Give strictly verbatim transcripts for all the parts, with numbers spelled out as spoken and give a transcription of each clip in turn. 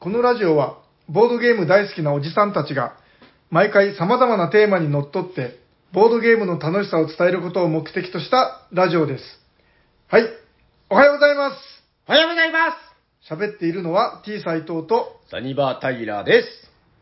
このラジオは、ボードゲーム大好きなおじさんたちが、毎回様々なテーマにのっとって、ボードゲームの楽しさを伝えることを目的としたラジオです。はい。おはようございます。 おはようございます。 喋っているのは T 斎藤とサニバタイラーです。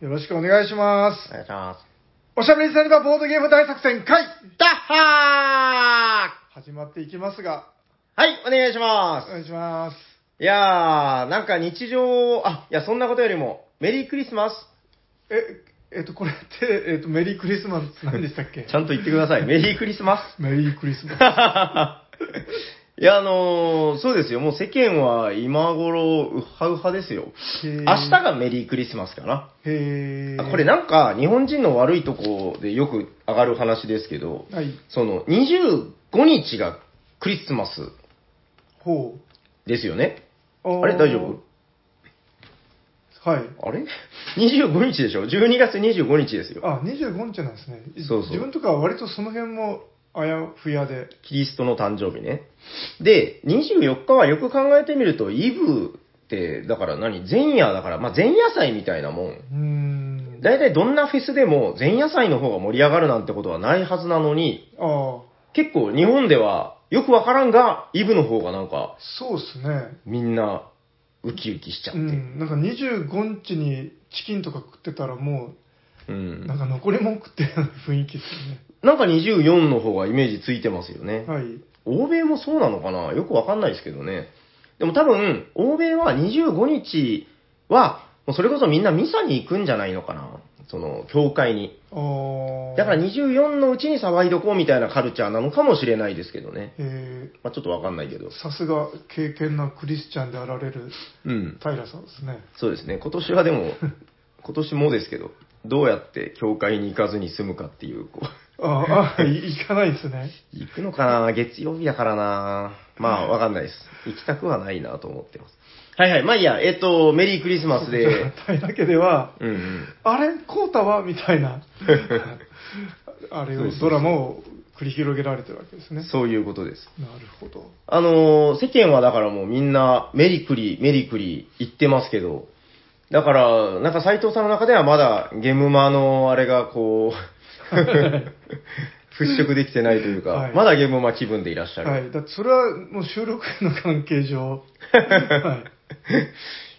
よろしくお願いします。 お願いします。 おしゃべりサニバボードゲーム大作戦会ダッハー始まっていきますが。 はい、お願いします。 お願いします。 いやー、なんか日常、あ、いや、そんなことよりも、メリークリスマス。 え、えっと、これって、えっと、メリークリスマス何でしたっけちゃんと言ってください。メリークリスマス。 メリークリスマス。 いや、あのー、そうですよ。もう世間は今頃、ウハウハですよ。明日がメリークリスマスかな。 へー。 これなんか、日本人の悪いとこでよく上がる話ですけど、 はい。 その、にじゅうごにちがクリスマスほう。 ですよね。 ああれ大丈夫？ はい。 あれ ?にじゅうごにちでしょ ?じゅうにがつにじゅうごにちですよ。 あ、にじゅうごにちなんですね。 そうそう自分とかは割とその辺もあやふやで。 キリストの誕生日ね。で、にじゅうよっかはよく考えてみると、イブって、だから何前夜だから、まあ、前夜祭みたいなもん。 うーん。 だいたいどんなフェスでも前夜祭の方が盛り上がるなんてことはないはずなのに、 ああ。 結構日本ではよくわからんが、イブの方がなんか、 そうですね。 みんなウキウキしちゃって。 うん。なんかにじゅうごにちにチキンとか食ってたらもう、 うん。 なんか残り物食ってるような雰囲気ですよね。 なんかにじゅうよんの方がイメージついてますよね。 はい。 欧米もそうなのかなよくわかんないですけどね。でも多分、欧米はにじゅうごにちは、もうそれこそみんなミサに行くんじゃないのかなその、教会に。 ああ。 だからにじゅうよんのうちに騒いどこうみたいなカルチャーなのかもしれないですけどね。 えまあちょっとわかんないけど。 ー、さすが敬虔なクリスチャンであられるうん。 平さんですね。 そうですね。今年はでも、今年もですけど、どうやって教会に行かずに済むかっていう、こう。 ああ、い行かないですね。 行くのかな月曜日やからなまあ、わかんないです。行きたくはないなと思ってます。はいはい。まあいいや、えっと、メリークリスマスで。 平家では、 うんうん。 あれ、コータはみたいな、あれを、ドラマを繰り広げられてるわけですね。 そういうことです。 なるほど。 あのー、世間はだからもうみんなメリクリ、メリクリ言ってますけど、だから、なんか斎藤さんの中ではまだゲムマのあれがこう、払拭できてないというか、はい、まだゲームマ気分でいらっしゃる。 はい。だってそれはもう収録の関係上。はい。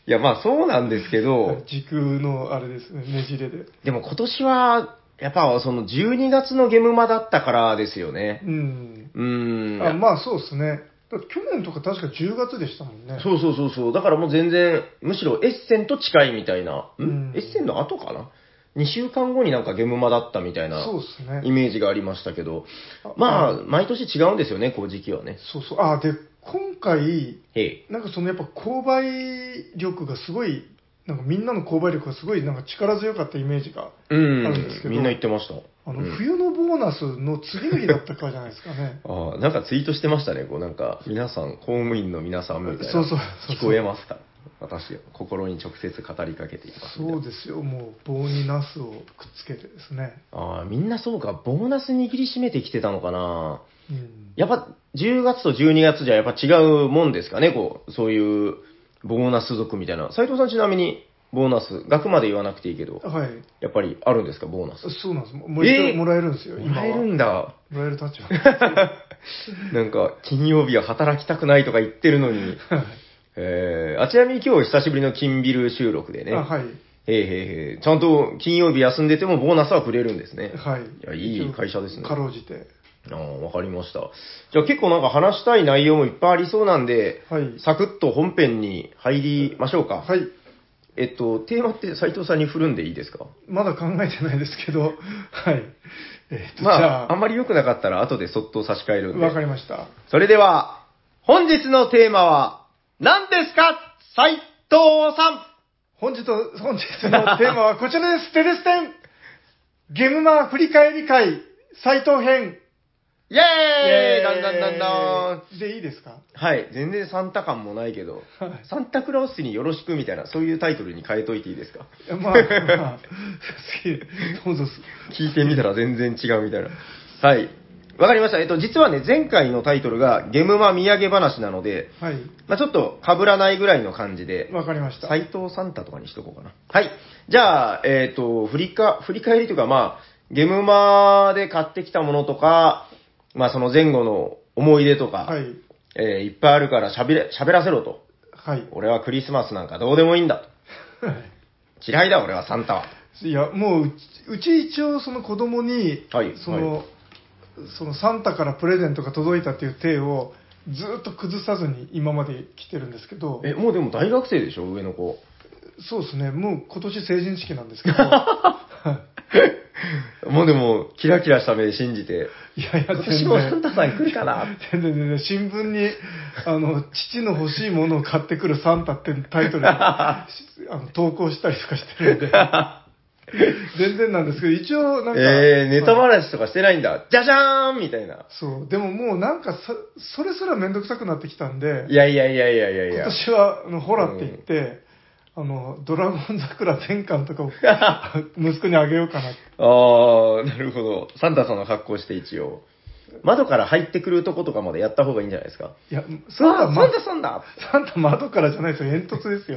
いや、まあそうなんですけど。 時空のあれですね、ねじれで。 でも今年は、やっぱそのじゅうにがつのゲームマだったからですよね。 うん。 うん。 あまあそうですね。だって去年とか確かじゅうがつでしたもんね。 そうそうそうそう。だからもう全然、むしろエッセンと近いみたいな。ん、うん、エッセンの後かなにしゅうかんごになんかゲームマだったみたいなイメージがありましたけど、まあ、毎年違うんですよね、こう時期はね。 そうそう。あ、で、今回、なんかそのやっぱ購買力がすごい、なんかみんなの購買力がすごいなんか力強かったイメージがあるんですけど、 みんな言ってました。 あの、うん、冬のボーナスの次の日だったかじゃないですかね。 ああ、なんかツイートしてましたね、こうなんか、皆さん、公務員の皆さんみたいな。 そうそうそう聞こえますか私、心に直接語りかけています。 そうですよ、もう棒にナスをくっつけてですね。 ああ、みんなそうか、ボーナス握りしめてきてたのかな。 うん、 やっぱ、じゅうがつとじゅうにがつじゃやっぱ違うもんですかね、こう、そういうボーナス族みたいな。斉藤さんちなみに、ボーナス、額まで言わなくていいけど、 はい。 やっぱりあるんですか、ボーナス。 そうなんです。もう一回もらえるんですよ、 えー、今。もらえるんだ。 もらえる立場。 なんか、金曜日は働きたくないとか言ってるのに。えー、あちなみに今日久しぶりの金ビル収録でね。 あ、はい。 へいへいへい。ちゃんと金曜日休んでてもボーナスはくれるんですね。 はい。 いや、いい会社ですね。 かろうじて。 ああ、わかりました。じゃあ結構なんか話したい内容もいっぱいありそうなんで、 はい。 サクッと本編に入りましょうか。 はい。 えっと、テーマって斉藤さんに振るんでいいですか？ まだ考えてないですけど、はい。 えっと、まあ、じゃあ、あんまり良くなかったら後でそっと差し替えるんで。 わかりました。 それでは、本日のテーマは、何ですか斉藤さん。 本日、本日のテーマはこちらです。テレステンゲムマ振り返り会斉藤編。 イェーイだんだんだんだんでいいですか？ はい。全然サンタ感もないけど、 はい、 サンタクロースによろしくみたいな、そういうタイトルに変えといていいですか？ まあ、まあ、どうぞ。 聞いてみたら全然違うみたいな。はい。 わかりました。えっと、実はね、前回のタイトルがゲムマ土産話なので、 はい。 まあちょっと被らないぐらいの感じで、 わかりました。 斎藤サンタとかにしとこうかな。はい。じゃあ、えっ、と、振りか、振り返りというか、まあ、ゲムマで買ってきたものとか、まあその前後の思い出とか、 はい。 えーいっぱいあるから喋れ、喋らせろと。 はい。 俺はクリスマスなんかどうでもいいんだと。嫌いだ、俺はサンタは。 いや、もう、うちうち一応その子供に、 はいその、 はそのサンタからプレゼントが届いたっていう体をずっと崩さずに今まで来てるんですけど、 え、もうでも大学生でしょ、上の子。 そうですね、もう今年成人式なんですけど、 もうでも、キラキラした目で信じて、 いやいや、 今年もサンタさん来るかな。 全然全然、新聞に、あの、父の欲しいものを買ってくるサンタってタイトルであの投稿したりとかしてるんで、全然なんですけど、一応なんか、 えー、ネタまあ話とかしてないんだ。じゃじゃーんみたいな。 そう、でももうなんかそ、それすらめんどくさくなってきたんで、 いやいやいやいやいやいや。 今年は、あの、ホラって言って、あの、ドラゴン桜全巻とかを息子にあげようかなって。 あー、なるほど。サンタさんの格好して一応。窓から入ってくるとことかまでやった方がいいんじゃないですか。 いや、 サンタ、 まサンタさんだサンタ窓からじゃないですよ、煙突ですよ。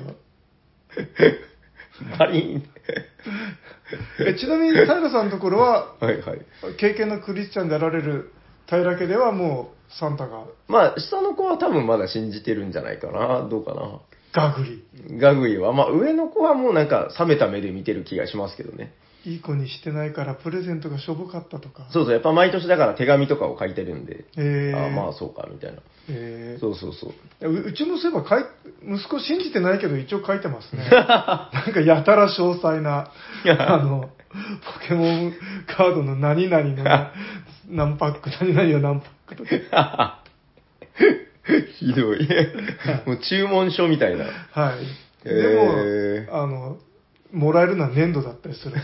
バリーン。 えちなみに平さんのところは、 はいはい。 経験のクリスチャンであられる平家ではもうサンタがまあ、下の子は多分まだ信じてるんじゃないかな。どうかな。 ガグリ。 ガグイは、まあ、上の子はもうなんか冷めた目で見てる気がしますけどね。 いい子にしてないからプレゼントがしょぼかったとか。 そうそう、やっぱ毎年だから手紙とかを書いてるんで、 えー、 あまあそうか、みたいな。 えーそうそうそう。 ううちのそういえばかい息子信じてないけど一応書いてますね。なんかやたら詳細な、あの、ポケモンカードの何々のな何パック、何々の何パックとか。 ひどい。もう注文書みたいな。 はい。 えでも、 ーあの、もらえるのは粘土だったりする。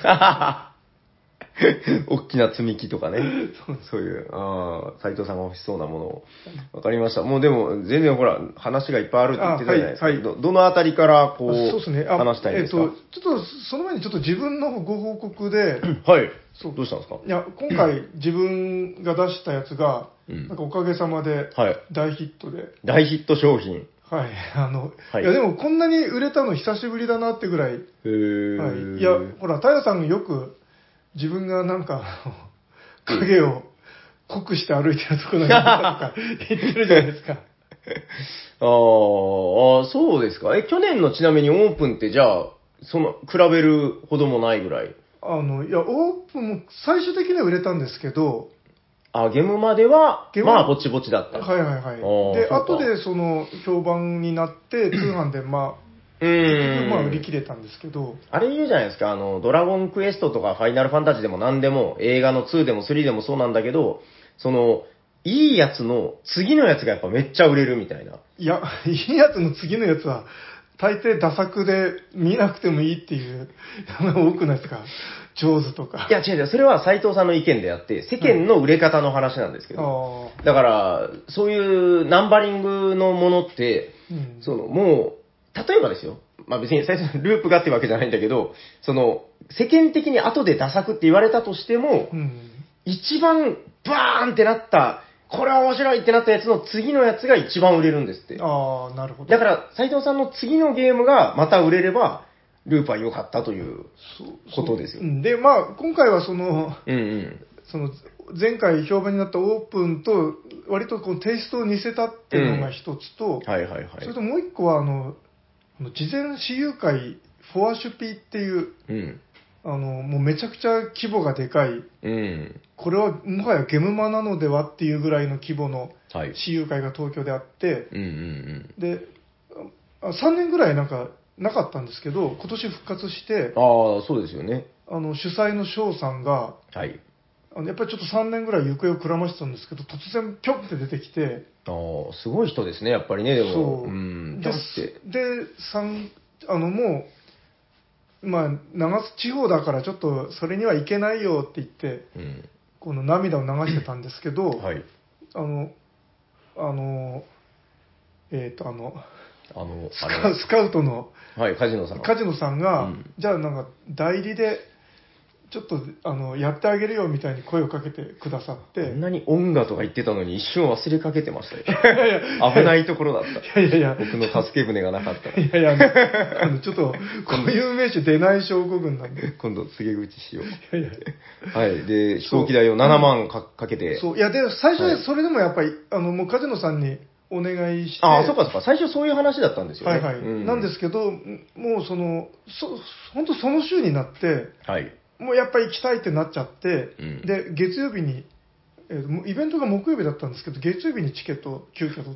大きな積み木とかね。 そうそういう、ああ、斉藤さんが欲しそうなものを。わかりました。もうでも、全然ほら、話がいっぱいあるって言ってたじゃないですか。 あはいはいど、どのあたりから、こう、 あそうですね。あ話したいんですか、 えっ、と、ちょっと、その前にちょっと自分のご報告で、 はい。 そうどうしたんですかいや、今回自分が出したやつが、 うんなんかおかげさまではい。 大ヒットで、 大ヒット商品。 はい、あの、 はいい、やでもこんなに売れたの久しぶりだなってぐらい、 へー。 はい、いや、ほら、平さんがよく自分がなんか、あの影を濃くして歩いてるところに行ったとか言ってるじゃないですか。 あーあー、そうですか。え、去年のちなみにオープンってじゃあ、その、比べるほどもないぐらい。 あの、いや、オープンも最終的には売れたんですけど、 あ、ゲームまでは、 ゲームまあ、ぼちぼちだった。 はいはいはい。 あーで、 そうか後でその評判になって、通販でまうあ、結局まあーん。 売り切れたんですけど、 あれ言うじゃないですか、あの、ドラゴンクエストとかファイナルファンタジーでも何でも、映画のツーでもスリーでもそうなんだけど、その、いいやつの次のやつがやっぱめっちゃ売れるみたいな。 いや、いいやつの次のやつは、大抵ダ作で見なくてもいいっていうのが多くないですか。上手とか。 いや、違う違う、それは斉藤さんの意見であって、世間の売れ方の話なんですけど。 あだから、そういうナンバリングのものって、 ーうんその、もう、例えばですよ。まあ別に斉藤さんループがってわけじゃないんだけど、その、世間的に後でダ作って言われたとしても、 うん。 一番バーンってなった、これは面白いってなったやつの次のやつが一番売れるんですって。 ああ、なるほど。 だから、斉藤さんの次のゲームがまた売れれば、ループは良かったというそうことですよ。 うんで、まあ、今回はその、 うんうん。 その、前回評判になったオープンと、割とこうテイストを似せたっていうのが一つと、 はいはいはい。 それともう一個は、あの、あの事前私有会、フォアシュピーっていう、 うん。 あの、もうめちゃくちゃ規模がでかい、 うん。 これはもはやゲムマなのではっていうぐらいの規模のはい。 私有会が東京であって、 うんうんで、あさんねんぐらいなんかなかったんですけど、今年復活してうん。、ああ、そうですよね。 あの主催の翔さんが、 はい。 あのやっぱりちょっとさんねんぐらい行方をくらましてたんですけど、突然ピョンって出てきて、 ああ、すごい人ですね、やっぱりね、でも。 そう、 ん。 でだって。 でさんあのもう、まあ、長津地方だからちょっとそれには行けないよって言って、 うん。 この涙を流してたんですけど、 はい。 あの、あの、えっ、と、あの、 あの、 スあれ。 カスカウトのはい、カジノさん。 梶野さんが、 うんじゃあなんか代理でちょっと、あの、やってあげるよみたいに声をかけてくださって。 こんなに音楽とか言ってたのに一瞬忘れかけてましたよ。 いやいや危ないところだった。 いやいやいや。 僕の助け舟がなかったら。 いやいや、あの、ちょっと、固有名詞出ない症候群なんで。 今度、告げ口しよう。 いやいや。 はい。で、飛行機代をななまんかかけて。 そう。いや、で、最初はそれでもやっぱり、あの、もう梶野さんにお願いして。 ああ、そっかそっか。最初そういう話だったんですよね。 はいはい。 うん、 なんですけど、もうその、そ、本当その週になって、 はい。 もうやっぱり行きたいってなっちゃって、 うん、 で、月曜日に、えー、イベントが木曜日だったんですけど、月曜日にチケットを急遽取って、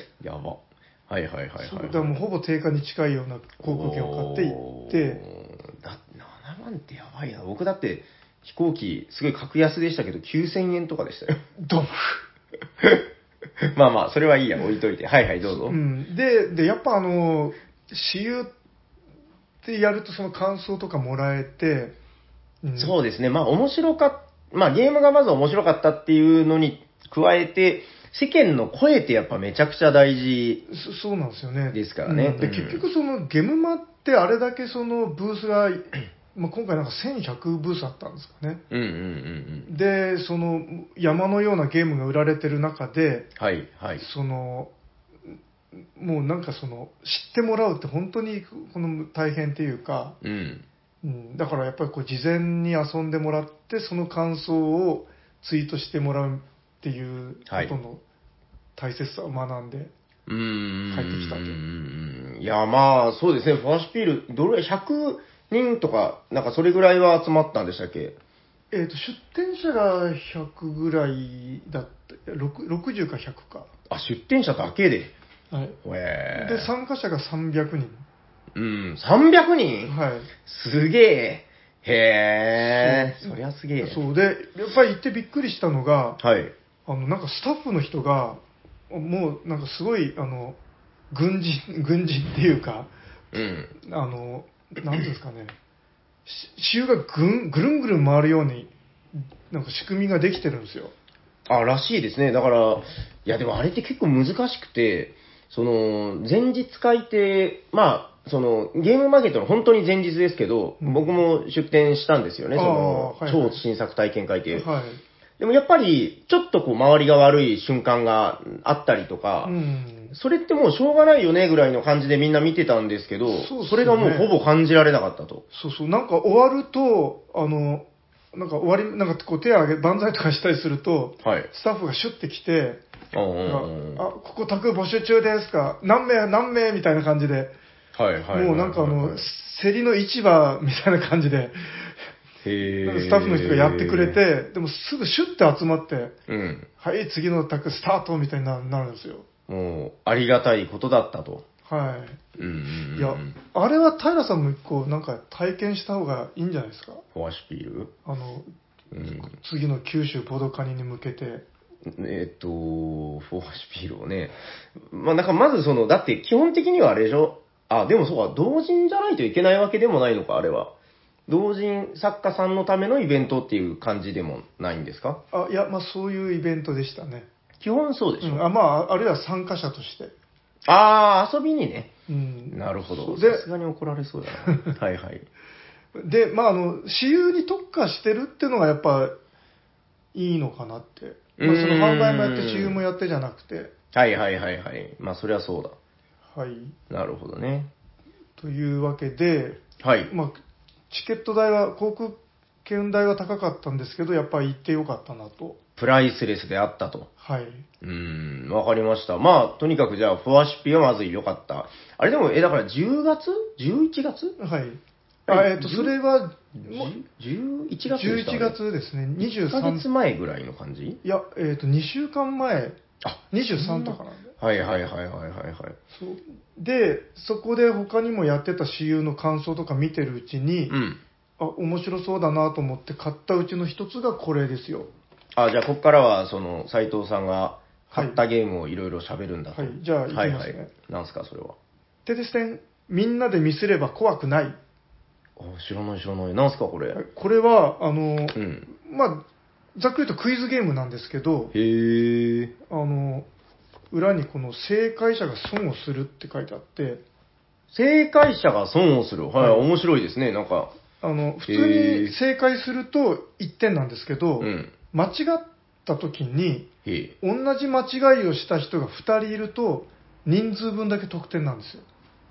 やば。はいはいはいはい、はい。 だからもうほぼ定価に近いような航空券を買って行って、 だななまんってやばいな。僕だって飛行機すごい格安でしたけどきゅうせんえんとかでしたよ。 ドンまあまあ、それはいいや、置いといて。はいはい、どうぞ。 うん、で、で、やっぱあの、私有ってやるとその感想とかもらえて、 うん、そうですね。まあ面白かった、まあゲームがまず面白かったっていうのに加えて、世間の声ってやっぱめちゃくちゃ大事そそうなんですよね。 ですからね。 うん、で、結局そのゲームマってあれだけそのブースが、まあ、今回なんかせんひゃくブースあったんですかね。 うんうんうんうん。 で、その山のようなゲームが売られてる中で、 はいはい。 その、もうなんかその、知ってもらうって本当にこの大変っていうか、 うん。 うん、だからやっぱりこう事前に遊んでもらって、その感想をツイートしてもらうっていうことの大切さを学んで帰ってきたと。 いや、まあ、そうですね、ファーシュピール、どれ、ひゃくにんとか、なんかそれぐらいは集まったんでしたっけ？ えっ、と、出店者がひゃくぐらいだった、ろくろくじゅうかひゃくか。 あ、出店者だけで。 はい。 へで、参加者がさんびゃくにん。 うん、さんびゃくにん？ はい。 すげえ。へえ、そりゃすげえ。 そうで、やっぱり行ってびっくりしたのが、 はい。 あの、なんかスタッフの人が、もうなんかすごい、あの、軍人、軍人っていうか、 うん。 あの、なんていうんですかね、し潮がぐんぐるんぐるん回るように、なんか仕組みができてるんですよ。 あ、らしいですね。だから、いやでもあれって結構難しくて、その、前日会って、まあ、その、ゲームマーケットの本当に前日ですけど、 うん、 僕も出店したんですよね、その、 はいはい、 超新作体験会って。 はい。 でもやっぱり、ちょっとこう、周りが悪い瞬間があったりとか、 うん、 それってもうしょうがないよねぐらいの感じでみんな見てたんですけど、 そうっすね、 それがもうほぼ感じられなかったと。 そうそう、なんか終わると、あの、なんか終わり、なんかこう手を挙げ、万歳とかしたりすると、 はい。 スタッフがシュッて来て、 うんうんうん、 あ、ここ宅募集中ですか、何名、何名みたいな感じで、 はいはいはいはいはい、 もうなんかあの、競りの市場みたいな感じで、なんかスタッフの人がやってくれて、でもすぐシュッて集まって、 うん、 はい、次の宅スタートみたいになるんですよ。 もう、ありがたいことだったと。 はい。 うんうんうんうん、 いや、あれは平さんも一個なんか体験した方がいいんじゃないですか。 フォアシュピールあの、 うん、 次の九州ボドカニに向けて。 えっと、フォアシュピールをね。まあなんかまずその、だって基本的にはあれでしょ。あ、でもそうか、同人じゃないといけないわけでもないのか、あれは。同人作家さんのためのイベントっていう感じでもないんですか？ あ、いや、まあそういうイベントでしたね。 基本そうでしょ。 うん、あまあ、あるいは参加者として。 ああ、遊びにね。 うん。 なるほど。 でさすがに怒られそうだな。はいはい。 で、まあ、あの、私有に特化してるっていうのがやっぱいいのかなって。まあ、その販売もやって、私有もやってじゃなくて。 はいはいはいはい。まあ、そりゃそうだ。 はい。 なるほどね。 というわけで、 はい。 まあ、チケット代は、航空券代は高かったんですけど、やっぱり行ってよかったなと。 プライスレスであったと。 はい。 うーん、わかりました。まあ、とにかくじゃあ、フォアシュピはまず良かった。あれでも、え、だからじゅうがつ ?じゅういち 月はい。あ、えっ、と、それは、 じゅういちがつじゅういちでした、 がつですね。にじゅうさん。 いっかげつまえぐらいの感じ？ いや、えっ、と、にしゅうかんまえ。 あ、 にじゅうさんとかなんで。 はいはいはいはいはいはい。 そうで、そこで他にもやってた私有の感想とか見てるうちに、 うん。 あ、面白そうだなと思って買ったうちの一つがこれですよ。 あ、じゃあ、ここからは、その、斉藤さんが買ったゲームをいろいろ喋るんだと。 はい、じゃあ、いきますね。はいはい、 なんすか、それは。 テテステン、みんなでミスれば怖くない。 あ、知らない知らない。なんすか、これ。 これは、あの、 うん。 まあ、ざっくりとクイズゲームなんですけど、 へー。 あの、裏にこの正解者が損をするって書いてあって、 正解者が損をする。はい、 はい、 面白いですね、なんか。 ああの、普通へーに正解するといってんなんですけど、 うん。 間違った時に、 へえ。 同じ間違いをした人がふたりいると、人数分だけ得点なんですよ。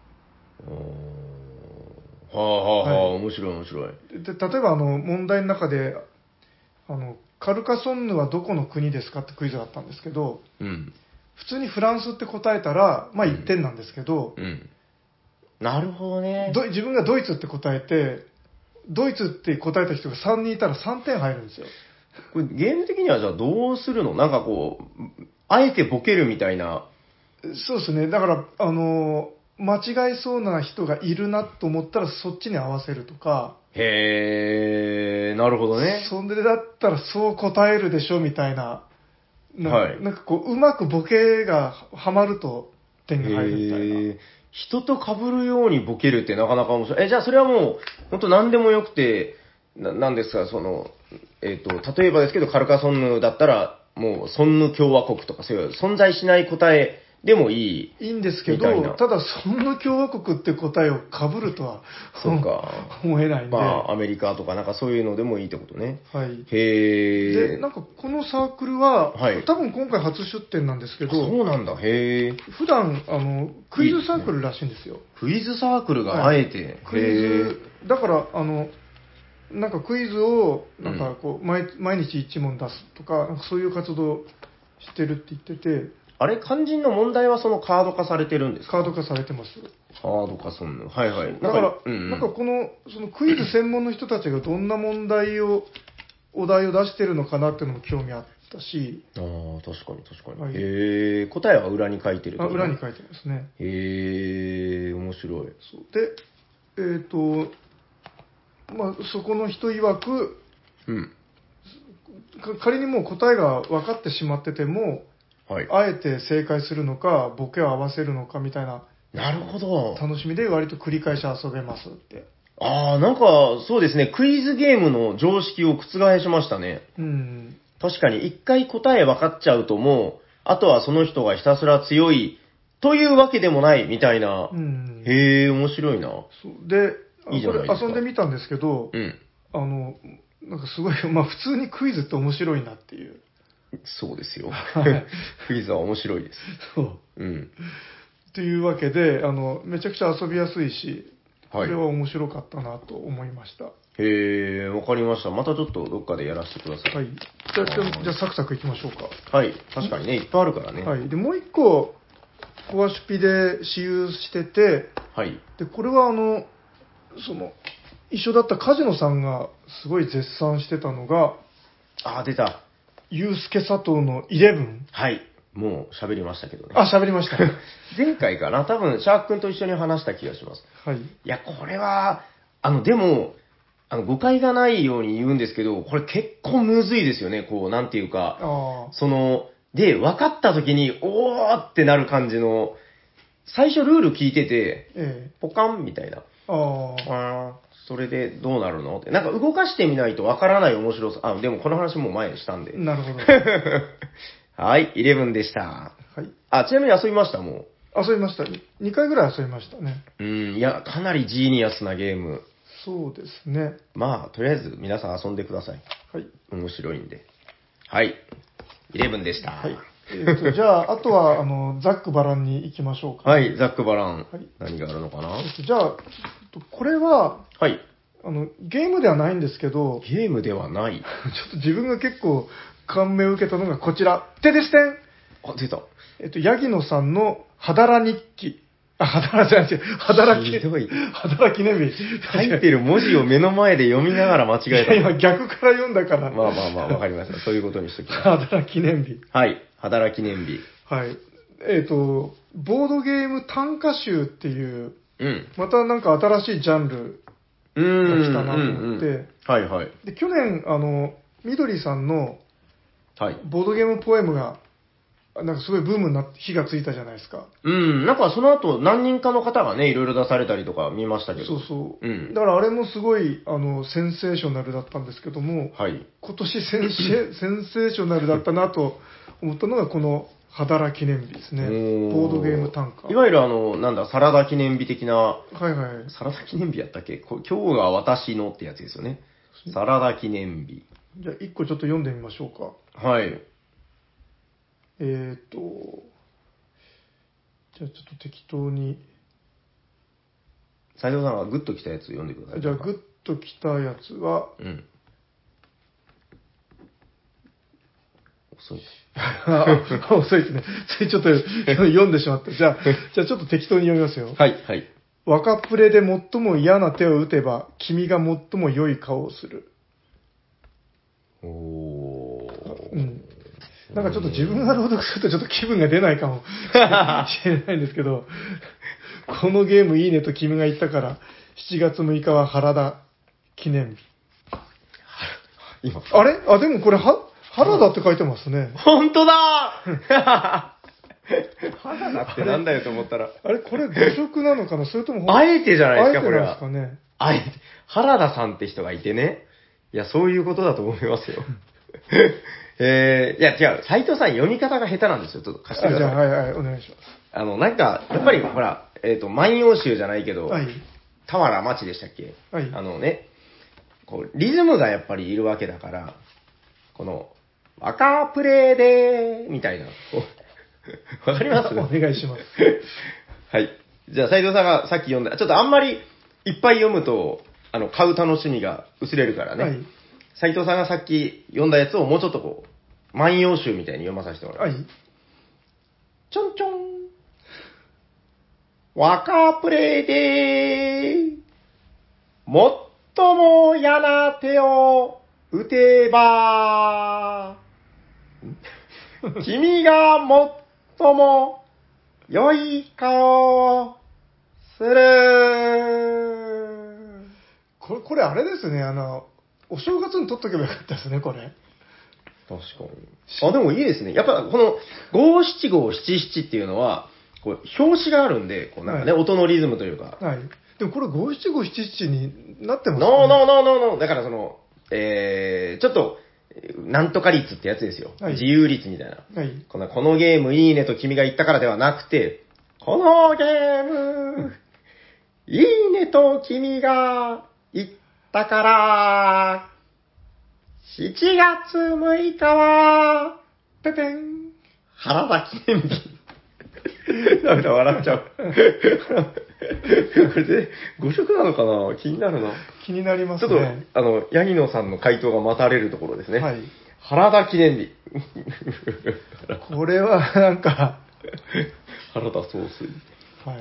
はあはあはあ、 はい面白い面白い。 で、例えばあの、問題の中で、あの、カルカソンヌはどこの国ですかってクイズがあったんですけど、 うん。 普通にフランスって答えたら、まあいってんなんですけど、 うん。なるほどね。 ど自分がドイツって答えて、ドイツって答えた人がさんにんいたらさんてん入るんですよ。 これゲーム的にはじゃあどうするの？なんかこう、あえてボケるみたいな。 そうですね。だから、あの、間違いそうな人がいるなと思ったらそっちに合わせるとか、 へー、なるほどね。 そんでだったらそう答えるでしょみたいな、なんか,、 はいなんかこう、うまくボケがはまると点が入るみたいな。 へー。人と被るようにボケるってなかなか面白い。え、じゃあそれはもう、本当何でもよくて、な、なんですか、その、えっ、と、例えばですけど、カルカソンヌだったら、もう、ソンヌ共和国とか、そういう存在しない答えでもいい。 いいんですけどみたいな、 ただ、そんな共和国って答えをかぶるとはそうか。 思えないんで、 まあ、アメリカとかなんかそういうのでもいいってことね。 はい。 へー。 で、なんかこのサークルは、 はい多分今回初出展なんですけあど、 そうなんだ、へー。 普段あのクイズサークルらしいんですよ。 クイズサークルがはいあえて、 クイズ、だからあの、なんかクイズをなんかこう、毎毎日いち問出すとか、なんかそういう活動してるって言ってて、 あれ、肝心の問題はそのカード化されてるんですか？ カード化されてます。 カード化すんの。はいはい。 だから、 うんうん、 なんかこのそのクイズ専門の人たちがどんな問題を、お題を出してるのかなっていうのも興味あったし、 ああ、確かに確かに。 はいへえ、答えは裏に書いてるとあ裏に書いてますね。 へえ、面白い。 そうで、えっ、と、まあ、そこの人曰く、 うん。 か仮にもう答えが分かってしまってても、 はい。 あえて正解するのか、ボケを合わせるのかみたいななるほど。 楽しみで割と繰り返し遊べますって。 ああ、なんか、そうですね。クイズゲームの常識を覆しましたね。 うん。 確かに、一回答え分かっちゃうともう、あとはその人がひたすら強いというわけでもないみたいな。 うん。 へえ、面白いな。 そうで、あいいじゃないですかこれ遊んでみたんですけど、 うん。 あの、なんかすごい、まあ普通にクイズって面白いなっていう。 そうですよはい。 クイズは面白いです。 そう。 うん。 というわけで、あの、めちゃくちゃ遊びやすいし、こはいれは面白かったなと思いました。 へえ、わかりました。またちょっとどっかでやらせてください。 はい。じゃあ、じゃあじゃあサクサクいきましょうか。 はい。確かにね、いっぱいあるからね。 はい。で、もう一個、コアシュピで私有してて、 はい。 で、これはあの、その、一緒だった梶野さんがすごい絶賛してたのが、 あ、出た。 ユースケ佐藤のイレブン。 はい。もう喋りましたけどね。 あ、喋りました。 前回かな多分、シャーク君と一緒に話した気がします。 はい。 いや、これは、あの、でも、あの、誤解がないように言うんですけど、これ結構むずいですよね。こう、なんていうか、 あその、で、分かった時に、おーってなる感じの、最初ルール聞いてて、 あ、ええ。 ポカンみたいな。 ああ、 あーそれでどうなるのって。なんか動かしてみないと分からない面白さ。あ、でもこの話も前にしたんで。 なるほど。 はい、イレブンでした。 はい。 あ、ちなみに遊びましたも遊びました。にかいぐらい遊びましたね。 う。うん、いや、かなりジーニアスなゲーム。 そうですね。 まあ、とりあえず皆さん遊んでください。 はい。 面白いんで。はい。イレブンでした。 はい。えーと、じゃあ、あとは、あの、ざっくばらんに行きましょうか。 はい、ザックバラン。 はい何があるのかなえっとじゃあ、えっとこれは、 はい。 あの、ゲームではないんですけど、 ゲームではない。 ちょっと自分が結構感銘を受けたのがこちら。てですてんあ、出た。 えっと、ヤギノさんの働日記。あ、働じゃなくて、働き、 ひどい働き記念日。 書いてる文字を目の前で読みながら間違えた。 いや今逆から読んだから。 まあまあまあ、わかりました。そういうことにしときます。 働き記念日。 はい。働き記念日。 はい。えっ、と、ボードゲーム短歌集っていう、 うん。 またなんか新しいジャンルうーん。 が来たなと思ってうんうんはいはい。 で、去年、あの、みどりさんのはい。 ボードゲームポエムが、なんかすごいブームになって火がついたじゃないですか。 うん。なんかその後何人かの方がね、いろいろ出されたりとか見ましたけど。 そうそう。 うんだからあれもすごい、あの、センセーショナルだったんですけども、 はい。 今年センシェセンセーショナルだったなと思ったのが、この働記念日ですね。ボードゲーム単価。 いわゆるあの、なんだ、サラダ記念日的な、 はいはい。 サラダ記念日やったっけこ今日が私のってやつですよね。サラダ記念日。 じゃあ、一個ちょっと読んでみましょうか。 はい。 えーと、じゃあちょっと適当に。 斉藤さんがグッときたやつ読んでください。 じゃあ、グッときたやつは、 うん。遅い。 遅いですね。ついちょっと読んでしまった。じゃあ、じゃあちょっと適当に読みますよ。 はい、はい。 若プレで最も嫌な手を打てば、君が最も良い顔をする。 おー。 うん。なんかちょっと自分が朗読するとちょっと気分が出ないかもしれないんですけど、このゲームいいねと君が言ったから、しちがつむいかは原田記念日。 今。 あれあ、でもこれは、原田って書いてますね。 本当だ原田ってなんだよと思ったら。 あれこれ誤色なのかなそれとも、 あえてじゃないですか、これは。 あえてなんですかね。 あえて。原田さんって人がいてね。いや、そういうことだと思いますよ。えー、いや、違う、斉藤さん読み方が下手なんですよ。ちょっと貸してください。 あじゃあ、はいはい、お願いします。 あの、なんか、やっぱり、ほら、えっ、と、万葉集じゃないけど、 はい。 田原町でしたっけはい。 あのね、こう、リズムがやっぱりいるわけだから、この、赤プレーでー、みたいな。こうわかりますお願いします。 はい。じゃあ、斉藤さんがさっき読んだ、ちょっとあんまりいっぱい読むと、あの、買う楽しみが薄れるからね。 はい。 斉藤さんがさっき読んだやつをもうちょっとこう、万葉集みたいに読まさせてもらいます。 はい。 ちょんちょん。若プレイでー。最も嫌な手を打てば、君が最も良い顔をする。 これ、これあれですね、あの、お正月に撮っとけばよかったですね、これ。 確かに。あ、でもいいですね。やっぱこのご七五七七っていうのは、こう表紙があるんで、こうなんかね、 はい音のリズムというか。 はい。でもこれご七五七七になってますね。 ノーノーノーノーノー。だからその、えー、ちょっと、なんとか率ってやつですよ。 はい自由率みたいな。 はい。 このこのゲームいいねと君が言ったからではなくて、このゲーム、いいねと君が言ったから、しちがつむいかは、 ペペン。 原田記念日。ダメだ、笑っちゃう。これで、ご色なのかな気になるな。 気になりますちょっね。 と、あの、ヤギノさんの回答が待たれるところですね。 はい。 原田記念日。 これはなんか、 原田総帥。 はい。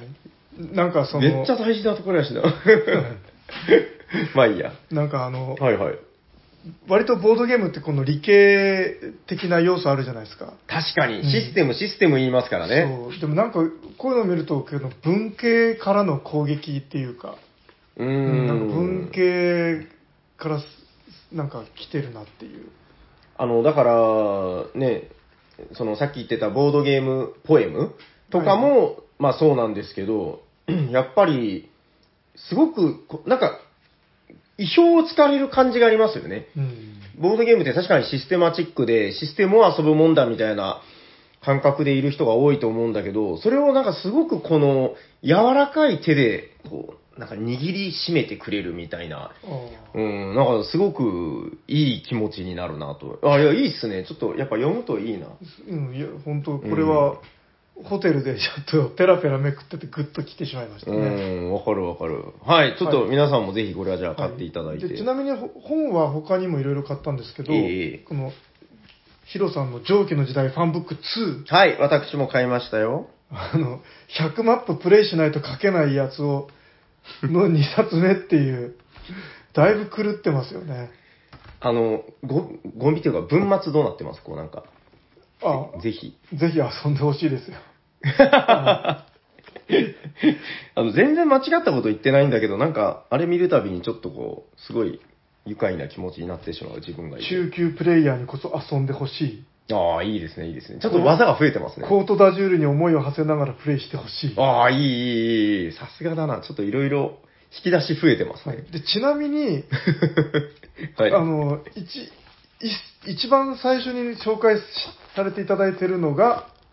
なんかその、 めっちゃ大事なところやしな。まあいいや。 なんかあの、 はいはい。 割とボードゲームってこの理系的な要素あるじゃないですか。 確かに、 うんシステム、システム言いますからね。 そう。でもなんか、こういうのを見ると、けど文系からの攻撃っていうか、 うーうんん。 なんか文系からすなんか来てるなっていう。 あの、だから、ね、そのさっき言ってたボードゲームポエムとかも、まあそうなんですけど、やっぱり、すごくこ、なんか、意表をつかれる感じがありますよね。 うん。 ボードゲームって確かにシステマチックで、システムを遊ぶもんだみたいな感覚でいる人が多いと思うんだけど、それをなんかすごくこの柔らかい手で、こう、なんか握りしめてくれるみたいな、 あうーん、なんかすごくいい気持ちになるなと。あ、いや、いいっすね。ちょっとやっぱ読むといいな。 うん、いや、本当これは、ホテルでちょっとペラペラめくっててグッと来てしまいましたうね。 ん、わかるわかる。はい、ちょっと皆さんもぜひこれはじゃあ買っていただいて。 はでちなみにほ本は他にもいろいろ買ったんですけど、 ええこのヒロさんの蒸気の時代ファンブックツー、 はい、私も買いましたよ。 あの、ひゃくマッププレイしないと書けないやつを、のにさつめっていう、だいぶ狂ってますよね。 あの、ご、ゴミというか文末どうなってますこうなんか。 あ、 ぜひ。 ぜひ遊んでほしいですよ。 あの、全然間違ったこと言ってないんだけど、なんか、あれ見るたびにちょっとこう、すごい愉快な気持ちになってしまう自分がいて。 中級プレイヤーにこそ遊んでほしい。 ああ、いいですね、いいですね。ちょっと技が増えてますね。 コートダジュールに思いを馳せながらプレイしてほしい。 ああ、いい、いい、いい。さすがだな。ちょっっといろいろ引き出し増えてますね。 でちなみに、 はい。 あの、一、い一番最初に紹介されていただいているのが、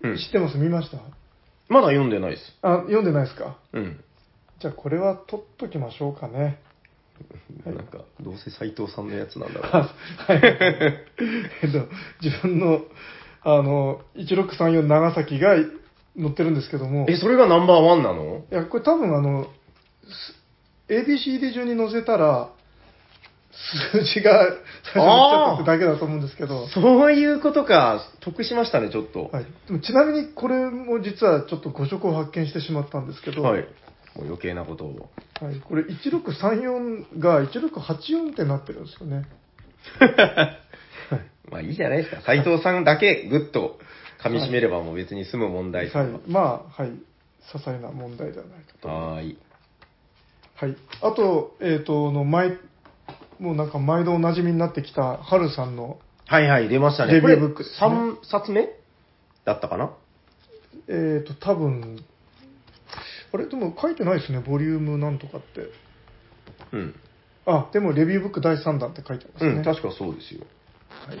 うん知ってます？見ました？ まだ読んでないです。 あ、読んでないですか？ うん。 じゃあこれは取っときましょうかね。 なんか、どうせ斎藤さんのやつなんだろう。 あはい。えっと、自分の、あの、いちろくさんよん長崎が載ってるんですけども。 え、それがナンバーワンなの？ いや、これ多分あの、エービーシーディー 順に載せたら、数字が最初に来ちゃったってだけだと思うんですけど。 そういうことか。得しましたね、ちょっと。 はい。でもちなみにこれも実はちょっと誤色を発見してしまったんですけど。 はい。もう余計なことを。 はい。これいちろくさんよんがいちろくはちよんってなってるんですよね。 まあいいじゃないですか。斎藤さんだけぐっと噛み締めればもう別に済む問題とか。 はい。まあ、はい。些細な問題ではないかと。 はーい。 はい。あと、えっ、と、の、前、もうなんか毎度おなじみになってきた、ハルさんの、 はいはい、出ましたね。 レビューブックですねこれさんさつめだったかな？ えっ、と、多分、あれ、でも書いてないですね、ボリュームなんとかって。 うん。 あ、でもレビューブックだいさんだんって書いてますね。 うん、確かそうですよ。 はい。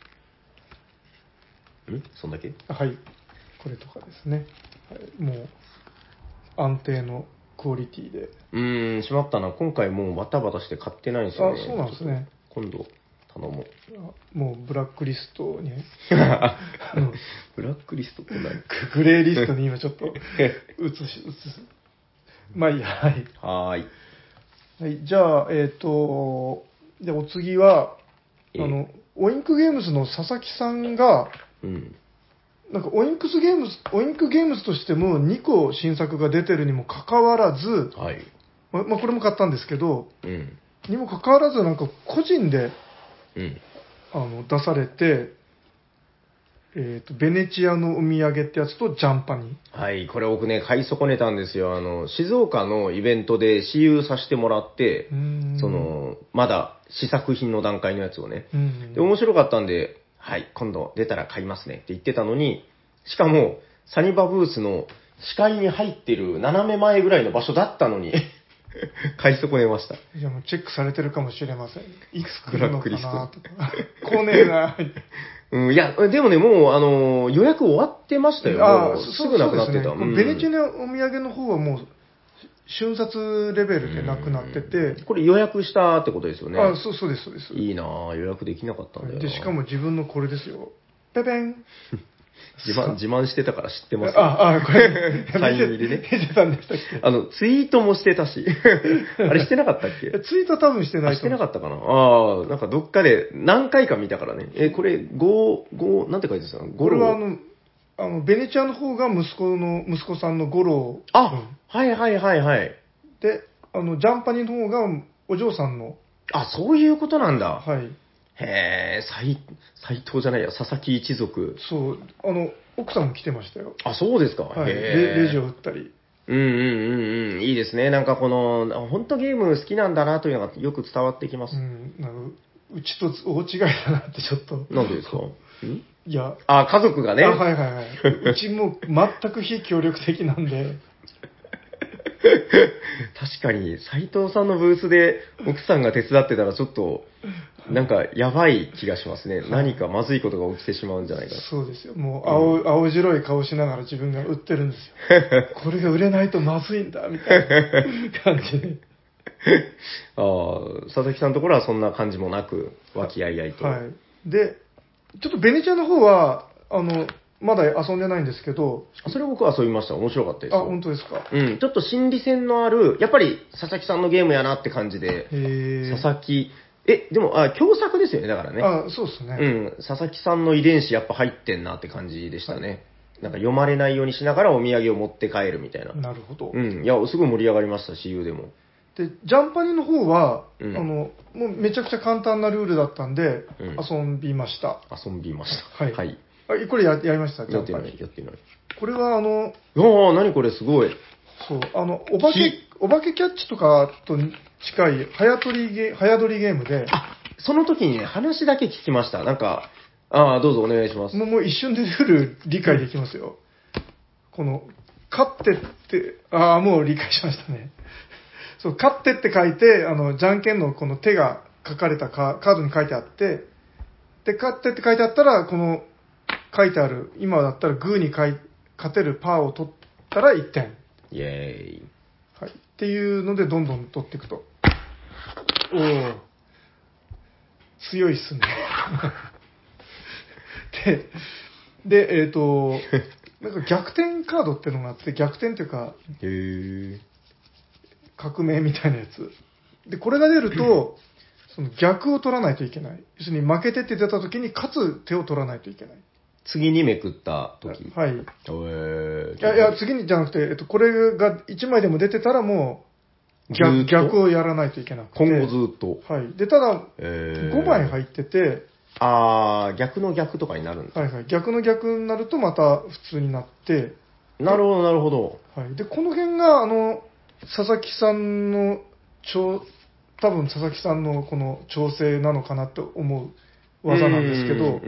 んそんだけ？ はい。これとかですね。はい、もう、安定のクオリティで。 うーん、しまったな。今回もうバタバタして買ってないんですよね。 あそうなんですね。 ちょっと今度頼もう。 あもうブラックリストに、うんブラックリストって何？ グレーリストに今ちょっと移し、移す。まあいいや、はい。 はーい。 はい、じゃあ、えっ、と、で、お次は、 ええあの、オインクゲームズの佐々木さんが、 うん。 なんかオインクスゲームズ、オインクゲームズとしてもにこ新作が出てるにもかかわらず、 はい。 ま、まあ、これも買ったんですけど、 うん。 にもかかわらず、なんか個人でうん。 あの出されて、えっ、と、ベネチアのお土産ってやつとジャンパニ。 はい、これ僕ね、買い損ねたんですよ。あの、静岡のイベントで私有させてもらってうーん、 その、まだ試作品の段階のやつをね。 うんで、面白かったんで、はい、今度出たら買いますねって言ってたのに、しかも、サニバブースの視界に入ってる斜め前ぐらいの場所だったのに、買い損ねました。 じゃあもうチェックされてるかもしれません。いくつ来るのかブラックリスなトとか。来ねえな。 うん、いや、でもね、もう、あの、予約終わってましたよ。もうすぐなくなってた。 そうですね、 うんベネチアのお土産の方はもう、瞬殺レベルでなくなってて、 これ予約したってことですよね。 あそうそうです、そうです。 いいなぁ、予約できなかったんだよな。 で、しかも自分のこれですよ。ペペン。 自慢、自慢してたから知ってます。 あ、あ、これ、 サイン入りね。 見せたんでしたっけ？ あの、ツイートもしてたし。あれしてなかったっけ？ ツイート多分してないあ、してなかっったかな。ああ、なんかどっかで何回か見たからね。え、これ、ご、ご、なんて書いてたの？ こゴロれはあの、あの、ベネチアの方が息子の、息子さんのゴロあ、はいはいはいはい。 で、あの、ジャンパニの方がお嬢さんの、 あ、そういうことなんだ。 はい。 へえ、斎斎藤じゃないや、佐々木一族。 そう、あの、奥さんも来てましたよ。 あ、そうですか。 はい。 へえ。 レレジを打ったり。 うんうんうんうん。いいですね。なんかこの、本当ゲーム好きなんだなというのがよく伝わってきます。 うん、なんかうちと大違いだなってちょっと。 なんでですか？んいや、 あ、家族がね。 あはいはいはい。うちも全く非協力的なんで。 確かに、斎藤さんのブースで奥さんが手伝ってたらちょっと、なんかやばい気がしますね。何かまずいことが起きてしまうんじゃないか。 そうですよ。もう青,、青白い顔しながら自分が売ってるんですよ。これが売れないとまずいんだ、みたいな感じで。 ああ、佐々木さんのところはそんな感じもなく、和気あいあいと。 はい。で、ちょっとベネチアの方は、あの、まだ遊んでないんですけど、 それ僕は遊びました。面白かったですあ、 よ。 本当ですか。 うん、ちょっと心理戦のある、やっぱり佐々木さんのゲームやなって感じで、 へー佐々木、え、でも、あ、共作ですよね、だからね。 あ、そうですね。 うん、佐々木さんの遺伝子やっぱ入ってんなって感じでしたね。なんか読まれないようにしながらお土産を持って帰るみたいな。 なるほど。 うん、いや、すごい盛り上がりました、私有でも。 で、ジャンパニの方は、 うんあの、もうめちゃくちゃ簡単なルールだったんで、 うん遊びました。 遊びました。 はいはい。 あこれややりました、ジャやってない、 ンパニ。 やってない。 これはあの、 ああ、何これすごい。 そう、あの、お化けき、 お化けキャッチとかと近い早取りゲー、早取りゲームで、 あ、その時にね、話だけ聞きました。なんか、ああ、どうぞお願いします。 もうもう一瞬でルール理解できますよ。この、勝ってって、ああ、もう理解しましたね。そう、勝ってって書いて、あの、じゃんけんのこの手が書かれたカカードに書いてあって、で、勝ってって書いてあったら、この、 書いてある、今だったらグーにかい勝てるパーを取ったらいってん。 イェーイ。 はい。っていうので、どんどん取っていくと。おお強いっすね。で、で、えっ、と、なんか逆転カードっていうのがあって、逆転っていうか、 へー。 革命みたいなやつ。で、これが出ると、その逆を取らないといけない。要するに負けてって出た時に勝つ手を取らないといけない。 次にめくった時。 はい。 えー、 いや、いや、次にじゃなくて、えっと、これがいちまいでも出てたらもう逆、逆をやらないといけなくて。 今後ずっと。 はい。で、ただ、 えー、 ごまい入ってて、 あー、逆の逆とかになるんですか。 はいはい。逆の逆になるとまた普通になって、 なるほど、なるほど。 はい。で、この辺が、あの、佐々木さんの、調多分佐々木さんのこの調整なのかなと思う技なんですけど、 うんうんうん、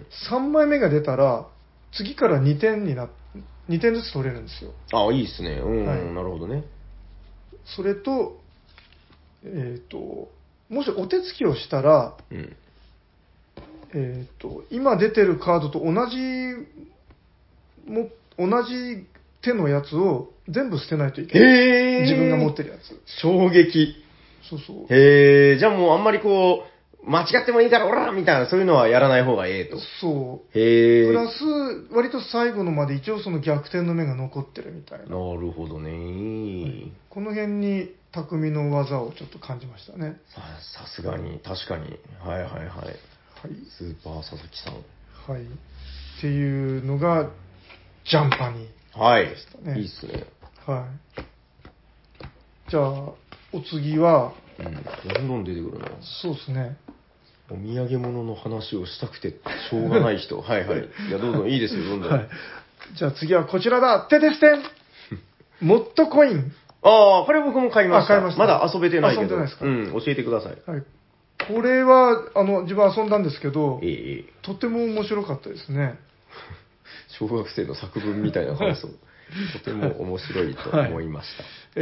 さんまいめが出たら、次からにてんにな、にてんずつ取れるんですよ。 あ、いいっすね。うん、 はいなるほどね。 それと、えっ、と、もしお手つきをしたら、 うん。 えっ、と、今出てるカードと同じ、も、同じ手のやつを全部捨てないといけない。 へー。 自分が持ってるやつ。 衝撃。 そうそう。 へー。じゃあもうあんまりこう、間違ってもいいから、オラみたいな、そういうのはやらない方がええと。 そう。 へー。 プラス、割と最後のまで一応その逆転の目が残ってるみたいな。 なるほどね、 はい、この辺に匠の技をちょっと感じましたね。 ささすがに、確かに。はいはいはい。はい、スーパー佐々木さん。 はい。っていうのが、ジャンパニー、 はい。 でしたね。 いいっすね。 はい。じゃあ、お次は、 うん、どんどん出てくるな。 そうですね。 お土産物の話をしたくてしょうがない人。はいはい。いや、どうぞ、いいですよ、どんどん。はい、 じゃあ次はこちらだ。てですてんモットコイン。 ああ、これ僕も買いました。 あ、買いました。 まだ遊べてないけど。 遊んでないですか。 うん、教えてください。 はい。これは、あの、自分遊んだんですけど、 ええ、 とても面白かったですね。 小学生の作文みたいな感想。とても面白いと思いました。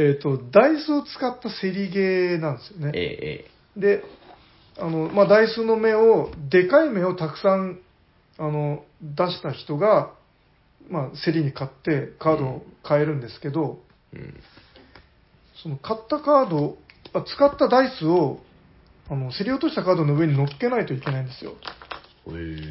はい、えっ、ー、と、ダイスを使った競りゲーなんですよね。 ええ、 で、あの、まあ、ダイスの目を、でかい目をたくさん、あの、出した人が、まあ、競りに勝ってカードを買えるんですけど、 うんうん、 その買ったカード、あ使ったダイスを、あの、競り落としたカードの上に乗っけないといけないんですよ。 へー。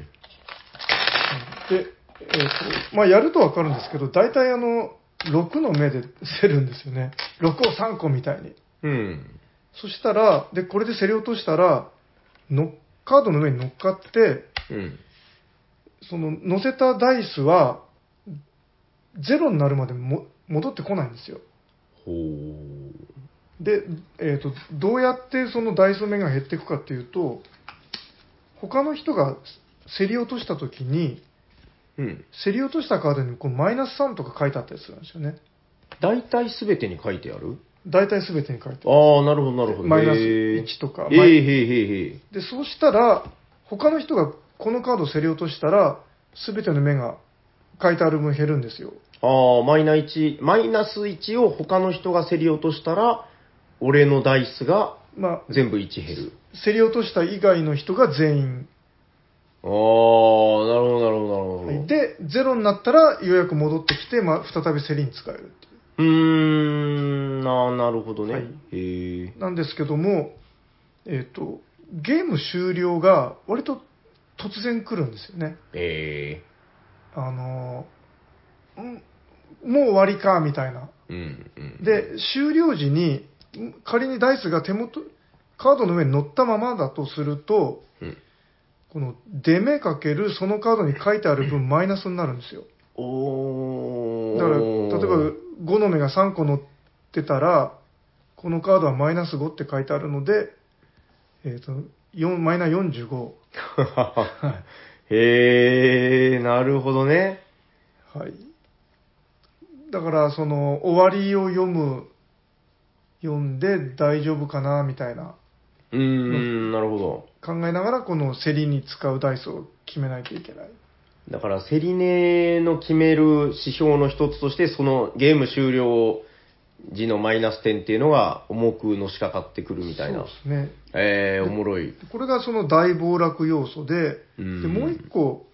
で、えっ、ー、と、まあ、やるとわかるんですけど、大体あの、ろくの目で競るんですよね。ろくをさんこみたいに。 うん。 そしたら、で、これで競り落としたら、のカードの上に乗っかって、 うん、その乗せたダイスは、ゼロになるまでも戻ってこないんですよ。 ほー。 で、えーと、どうやってそのダイスの目が減っていくかっていうと、他の人が競り落としたときに、 うん、 競り落としたカードにこうマイナスさんとか書いてあったりするんですよね。 大体すべてに書いてある？ 大体すべてに書いてある。 ああ、なるほど、なるほど。 マイナスいちとか。 えー、へーへーへーで、そうしたら、他の人がこのカードを競り落としたら、すべての目が書いてある分減るんですよ。 ああ、マイナいち、マイナスいちを他の人が競り落としたら、俺のダイスが全部いち減る。 まあ、競り落とした以外の人が全員。 ああ、なるほど、なるほど、なるほど。 はい、で、ゼロになったらようやく戻ってきて、まあ、再び競りに使えるっていう。 うーん、ななるほどね。はい、 へなんですけども、えっ、ー、と、ゲーム終了が割と突然来るんですよね。 えー、あの、んもう終わりか、みたいな。 うんうん、 で、終了時に、仮にダイスが手元、カードの上に乗ったままだとすると、うん、この出目かけるそのカードに書いてある分マイナスになるんですよ。 おー。 だから、例えばごの目がさんこ乗ってたら、このカードはマイナスごって書いてあるので、えっ、ー、と、よんマイナスよんじゅうご。 へー、なるほどね。 はい。だから、その、終わりを読む、読んで大丈夫かな、みたいな。 うーん、なるほど。 考えながら、この競りに使うダイスを決めないといけない。 だから、競り値の決める指標の一つとして、そのゲーム終了時のマイナス点っていうのが重くのしかかってくるみたいな。 そうですね。 えー、おもろい。 これがその大暴落要素で、でもう一個、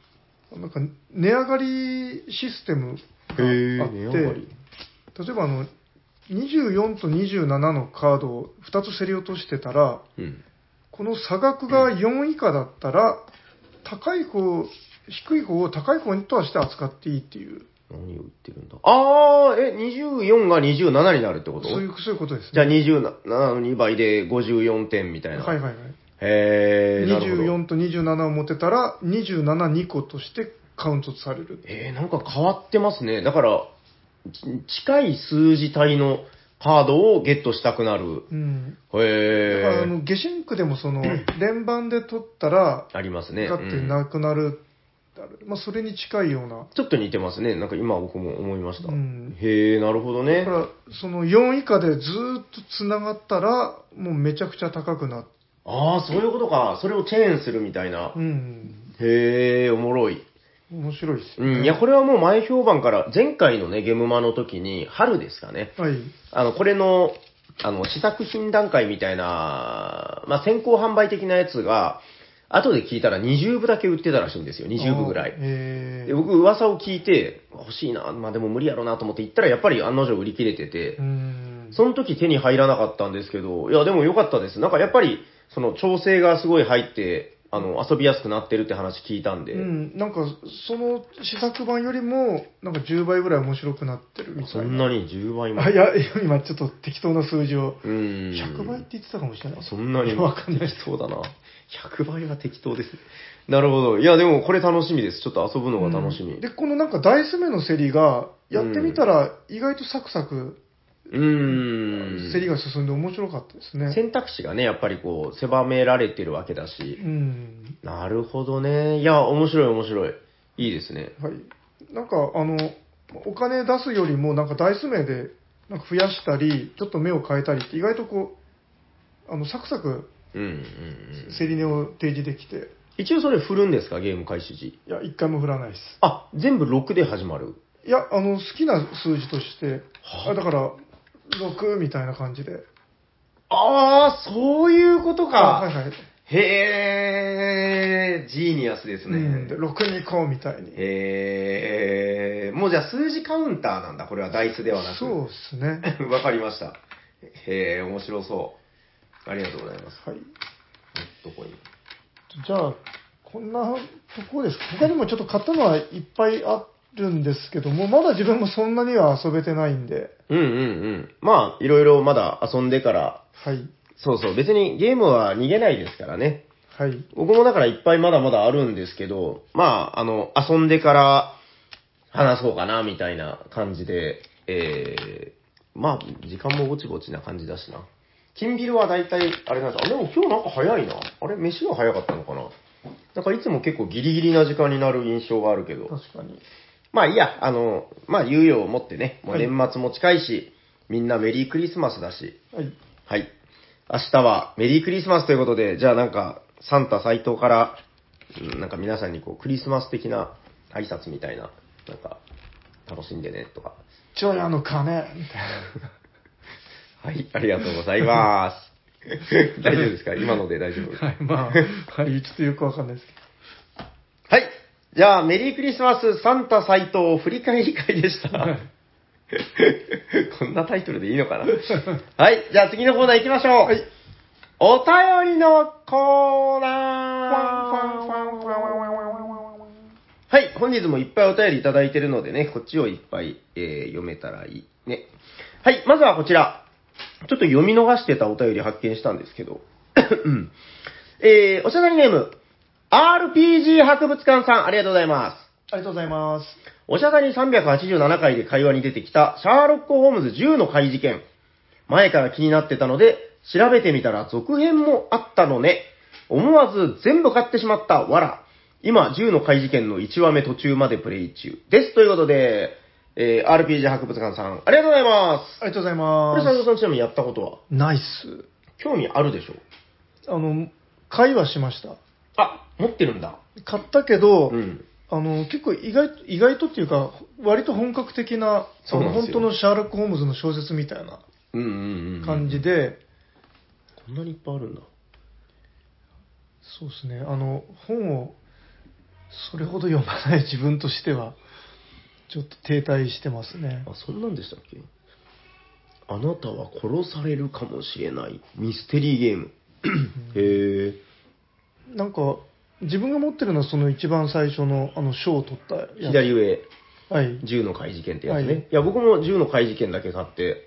なんか値上がりシステムがあって、 へー値上がり例えばあの、にじゅうよんとにじゅうななのカードをふたつ競り落としてたら、 うん。 この差額がよん以下だったら、高い方、低い方を高い方にとはして扱っていいっていう。 何を言ってるんだ。あー、え、にじゅうよんがにじゅうななになるってこと？ そういう、そういうことですね。 じゃあにじゅうななのにばいでごじゅうよんてんみたいな。 はいはいはい。 へー、なるほど。 にじゅうよんとにじゅうななを持てたら、にじゅうななにことしてカウントされる。 えー、なんか変わってますね。だから、ち近い数字体のカードをゲットしたくなる。 うん。 へだから、あの、 ー。 ゲシンクでもその、連番で取ったら、 ありますね。 ガッてなくなる。まあ、それに近いような。 ちょっと似てますね。なんか今僕も思いました。 うん、 へー、なるほどね。 だから、そのよん以下でずーっと繋がったら、もうめちゃくちゃ高くなって。 ああ、そういうことか。それをチェーンするみたいな。 うん。 へー、おもろい。 面白いですうよね。 ん、いや、これはもう前評判から、前回のね、ゲムマの時に、春ですかね。 はい。 あの、これの、あの、試作品段階みたいな、まあ、先行販売的なやつが、後で聞いたらにじゅうぶだけ売ってたらしいんですよ。にじゅうぶぐらい。 へで僕、噂を聞いて、欲しいな、まあ、でも無理やろうなと思って行ったら、やっぱり案の定売り切れてて、 うん。 その時手に入らなかったんですけど、いや、でも良かったです。なんかやっぱり、その調整がすごい入って、あの、遊びやすくなってるって話聞いたんで。 うん、なんか、その試作版よりも、なんかじゅうばいぐらい面白くなってるみたいな。 そんなにじゅうばいも。 あ、いや、今ちょっと適当な数字を。 うん。 ひゃくばいって言ってたかもしれない。 そんなにわかんない。 適当だな。ひゃくばいは適当です。なるほど。いや、でもこれ楽しみです。ちょっと遊ぶのが楽しみ。 うんで、このなんかダイス目の競りが、やってみたら意外とサクサク、 うーん。 競りが進んで面白かったですね。 選択肢がね、やっぱりこう、狭められてるわけだし。 うん。 なるほどね。いや、面白い面白い。いいですね。 はい。なんか、あの、お金出すよりも、なんかダイス目で、なんか増やしたり、ちょっと目を変えたりって、意外とこう、あの、サクサク、 うんうんうん。 競り値を提示できて、 一応それ振るんですか、ゲーム開始時。 いや、一回も振らないです。 あ、全部ろくで始まる。 いや、あの、好きな数字として、 はあだから、ろくみたいな感じで。 ああ、そういうことか。 あはいはい。 へえ、ジーニアスですね。 うん、で、ろくに行こうみたいに。 へえ、もうじゃあ数字カウンターなんだ、これはダイスではなく。 そうですね。 わかりました。へえ、面白そう。ありがとうございます。 はい。 どこにじゃあ、こんなとこですか。他にもちょっと買ったのはいっぱいあるんですけども、まだ自分もそんなには遊べてないんで。 うんうんうん。まあ、いろいろまだ遊んでから、 はい。 そうそう、別にゲームは逃げないですからね。 はい。 僕もだからいっぱいまだまだあるんですけど、まあ、あの、遊んでから話そうかな、みたいな感じで、えー、まあ、時間もぼちぼちな感じだしな。金ビルは大体、あれなんですあ、でも今日なんか早いな。あれ飯が早かったのかな。なんかいつも結構ギリギリな時間になる印象があるけど。 確かに。 まあいいや、あの、まあ猶予を持ってね、もうはい年末も近いし、みんなメリークリスマスだし、 はい。 はい。明日はメリークリスマスということで、じゃあなんか、サンタ斎藤から、うんなんか皆さんにこう、クリスマス的な挨拶みたいな、なんか、楽しんでね、とか。 除夜の鐘みたいな。 はい、ありがとうございます。大丈夫ですか今ので大丈夫はい、まあ、はい、ちょっとよくわかんないですけはい。じゃあ、メリークリスマスサンタ斎藤振り返り会でした。 ど。はい。 こんなタイトルでいいのかなはい。じゃあ次のコーナー行きましょう。 はい。 お便りのコーナー。はい。本日もいっぱいお便りいただいてるのでね、こっちをいっぱい、えー読めたらいいね。はい。まずはこちら。ちょっと読み逃してたお便り発見したんですけど。えー、おしゃべりネーム、アールピージー 博物館さん、ありがとうございます。 ありがとうございます。 おしゃべりさんびゃくはちじゅうななかいで会話に出てきた、シャーロック・ホームズじゅうの怪事件。前から気になってたので、調べてみたら続編もあったのね。思わず全部買ってしまった、わら。今、じゅうの怪事件のいちわめ途中までプレイ中です。ということで、えー、アールピージー 博物館さん、ありがとうございます。 ありがとうございこれ、 ます。 斉藤さんちなみにやったことはナイス。 興味あるでしょあの、買いはしました。 あ、持ってるんだ。 買ったけど、 うん。 あの、結構意外と、意外とっていうか、割と本格的な、 そうなんですよ本当のシャーロック・ホームズの小説みたいなうんうんうんうん。 感じで、 こんなにいっぱいあるんだ。 そうですね、あの、本をそれほど読まない自分としては、ちょっと停滞してますね。 あ、そんなんでしたっけ？あなたは殺されるかもしれないミステリーゲーム。へえ。 なんか、自分が持ってるのはその一番最初の、あの、賞を取ったやつ。 左上、 はい。 銃の怪事件ってやつね。 はいいや、僕も銃の怪事件だけ買って、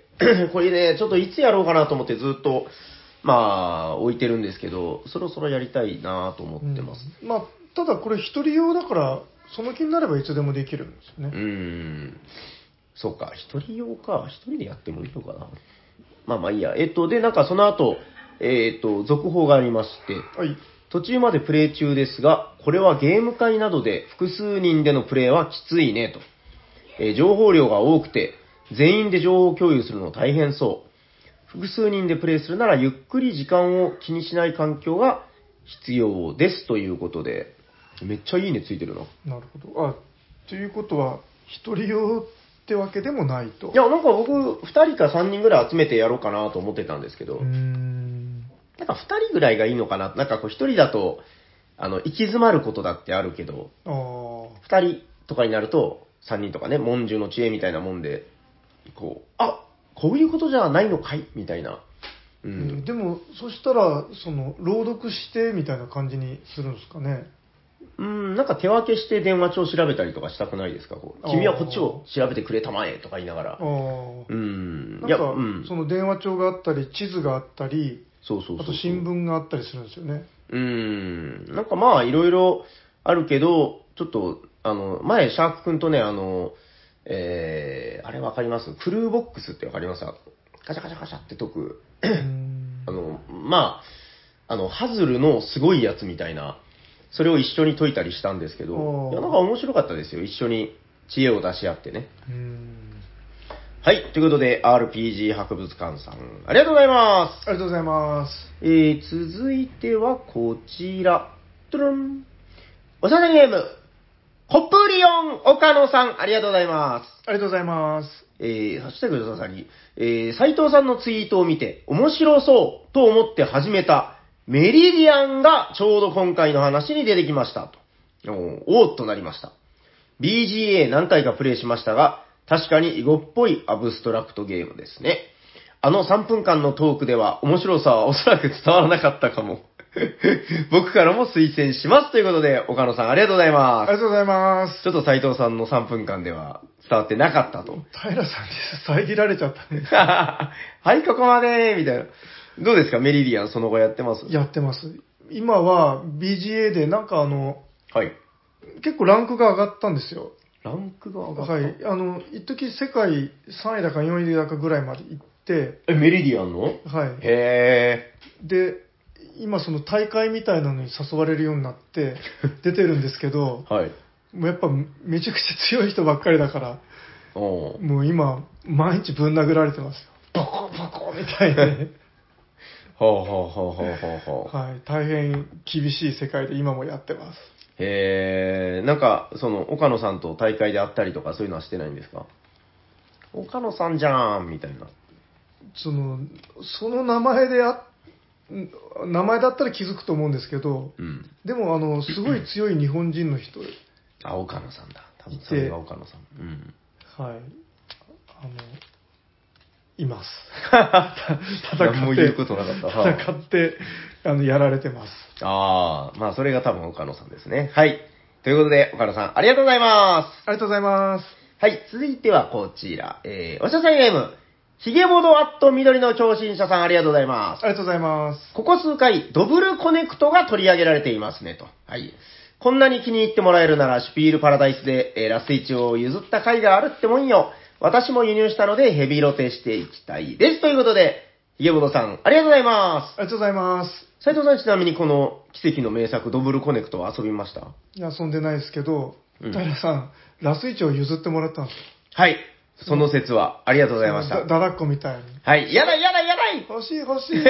これね、ちょっといつやろうかなと思ってずっと、まあ、置いてるんですけど、そろそろやりたいなと思ってます。 うんまあ、ただこれ一人用だから、その気になればいつでもできるんですようーね。 ん。そうか、一人用か。一人でやってもいいのかな。まあまあいいや。えっと、で、なんかその後、えっと、続報がありまして、 はい。 途中までプレイ中ですが、これはゲーム会などで複数人でのプレイはきついねと。えー情報量が多くて、全員で情報共有するの大変そう。複数人でプレイするならゆっくり時間を気にしない環境が必要ですということで、めっちゃいいねついてるな。 なるほど。あ、ということは、一人用ってわけでもないと。 いや、なんか僕、ふたりかさんにんぐらい集めてやろうかなと思ってたんですけど、 うーん。 なんかふたりぐらいがいいのかな。なんかこうひとりだと、あの、行き詰まることだってあるけど、 ああ。 ふたりとかになると、さんにんとかね、文殊の知恵みたいなもんで、こう、あ、こういうことじゃないのかいみたいな。うえん。 ーでも、そしたら、その、朗読してみたいな感じにするんですかね。 うん、なんか手分けして電話帳調べたりとかしたくないですかこうあー君はこっちを調べてくれたまえとか言いながらあ。あ。 うん。 ないんか、 うん。 その電話帳があったり、地図があったり、 そうそうそうそう。 あと新聞があったりするんですよね。 うーん。なんかまあ、いろいろあるけど、ちょっと、あの、前、シャーク君とね、あの、えー、あれわかりますクルーボックスってわかりますかカチャカチャカチャって解く。 うーんあの、まあ、あの、ハズルのすごいやつみたいな、それを一緒に解いたりしたんですけど、 おーいや、なんか面白かったですよ。一緒に知恵を出し合ってね。 うーん。 はい。ということで、アールピージー 博物館さん、ありがとうございます。 ありがとうございます。 えー、続いてはこちら。トゥルン。おしゃれゲーム。コプリオン岡野さん、ありがとうございます。 ありがとうございます。 えー、ハッシュタグよささに、えー、斉藤さんのツイートを見て、面白そうと思って始めたメリディアンがちょうど今回の話に出てきましたと。おーおーっとなりました。ビージーエー 何回かプレイしましたが、確かに囲碁っぽいアブストラクトゲームですね。あのさんぷんかんのトークでは面白さはおそらく伝わらなかったかも。僕からも推薦します。ということで、岡野さんありがとうございあます。 りがとうございます。 ちょっと斉藤さんのさんぷんかんでは伝わってなかったと。 平さんです。遮られちゃったんです。 はい、ここまでみたいな。どうですかメリディアンその後やってますやってます。今は ビージーエー でなんかあの、 はい。 結構ランクが上がったんですよ。 ランクが上がった。 はい。あの、一時世界さんいだかよんいだかぐらいまで行って、 え、メリディアンのはい。 へで、今その大会みたいなのに誘われるようになって出てるんですけど、 ー。はい。 もうやっぱめちゃくちゃ強い人ばっかりだから、 おーもう今、毎日ぶん殴られてますよ。ボコボコみたいで。 ほうほうほうほうほうほう。 はい。大変厳しい世界で今もやってます。 へー。なんか、その、岡野さんと大会で会ったりとかそういうのはしてないんですか岡野さんじゃーんみたいな。 その、その名前であ、ん名前だったら気づくと思うんですけど、 うん。 でもあの、すごい強い日本人の人、 あ、岡野さんだ。多分いてそれが岡野さん。うん。 はい。あの、います。 何も言うことなかった。はい戦って、あの、やられてます。 ああ、まあそれが多分岡野さんですね。はい。ということで、岡野さん、ありがとうございまありがとうございます。 す。はい。続いてはこちら。えー、おしゃさんゲーム。ヒゲボドアット緑の超新者さん、ありがとうございますあ。りがとうございます。 ここ数回、ドブルコネクトが取り上げられていますね、と。はい。こんなに気に入ってもらえるなら、シュピールパラダイスで、えーラスイチを譲った回があるってもんよ。私も輸入したので、ヘビロテしていきたいです。ということで、ヒゲボドさん、ありがとうございます。 ありがとうございます。 斉藤さんちなみにこの奇跡の名作ドブルコネクトは遊びました遊んでないですけど、 うん平さん、ラスイチを譲ってもらったんですはい。その説はありがとうございました。 だだらっこみたいに。 はい。やだいやだいやだい欲しい欲しい。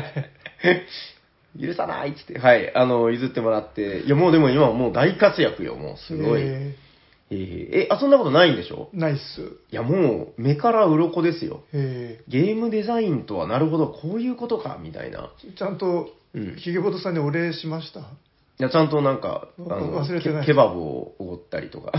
許さないっつって。はい。あの、譲ってもらって。いや、もうでも今はもう大活躍よ。もうすごい。ええーえ、遊んだことないんでしょー、ナイス。 いや、もう目から鱗ですよ。 えゲームデザインとはなるほど、こういうことか、みたいな。 ー、ちゃんとうん、 ヒゲボトさんにお礼しました。 いや、ちゃんとなんか、あの、 忘れてないケケバブをおごったりとか。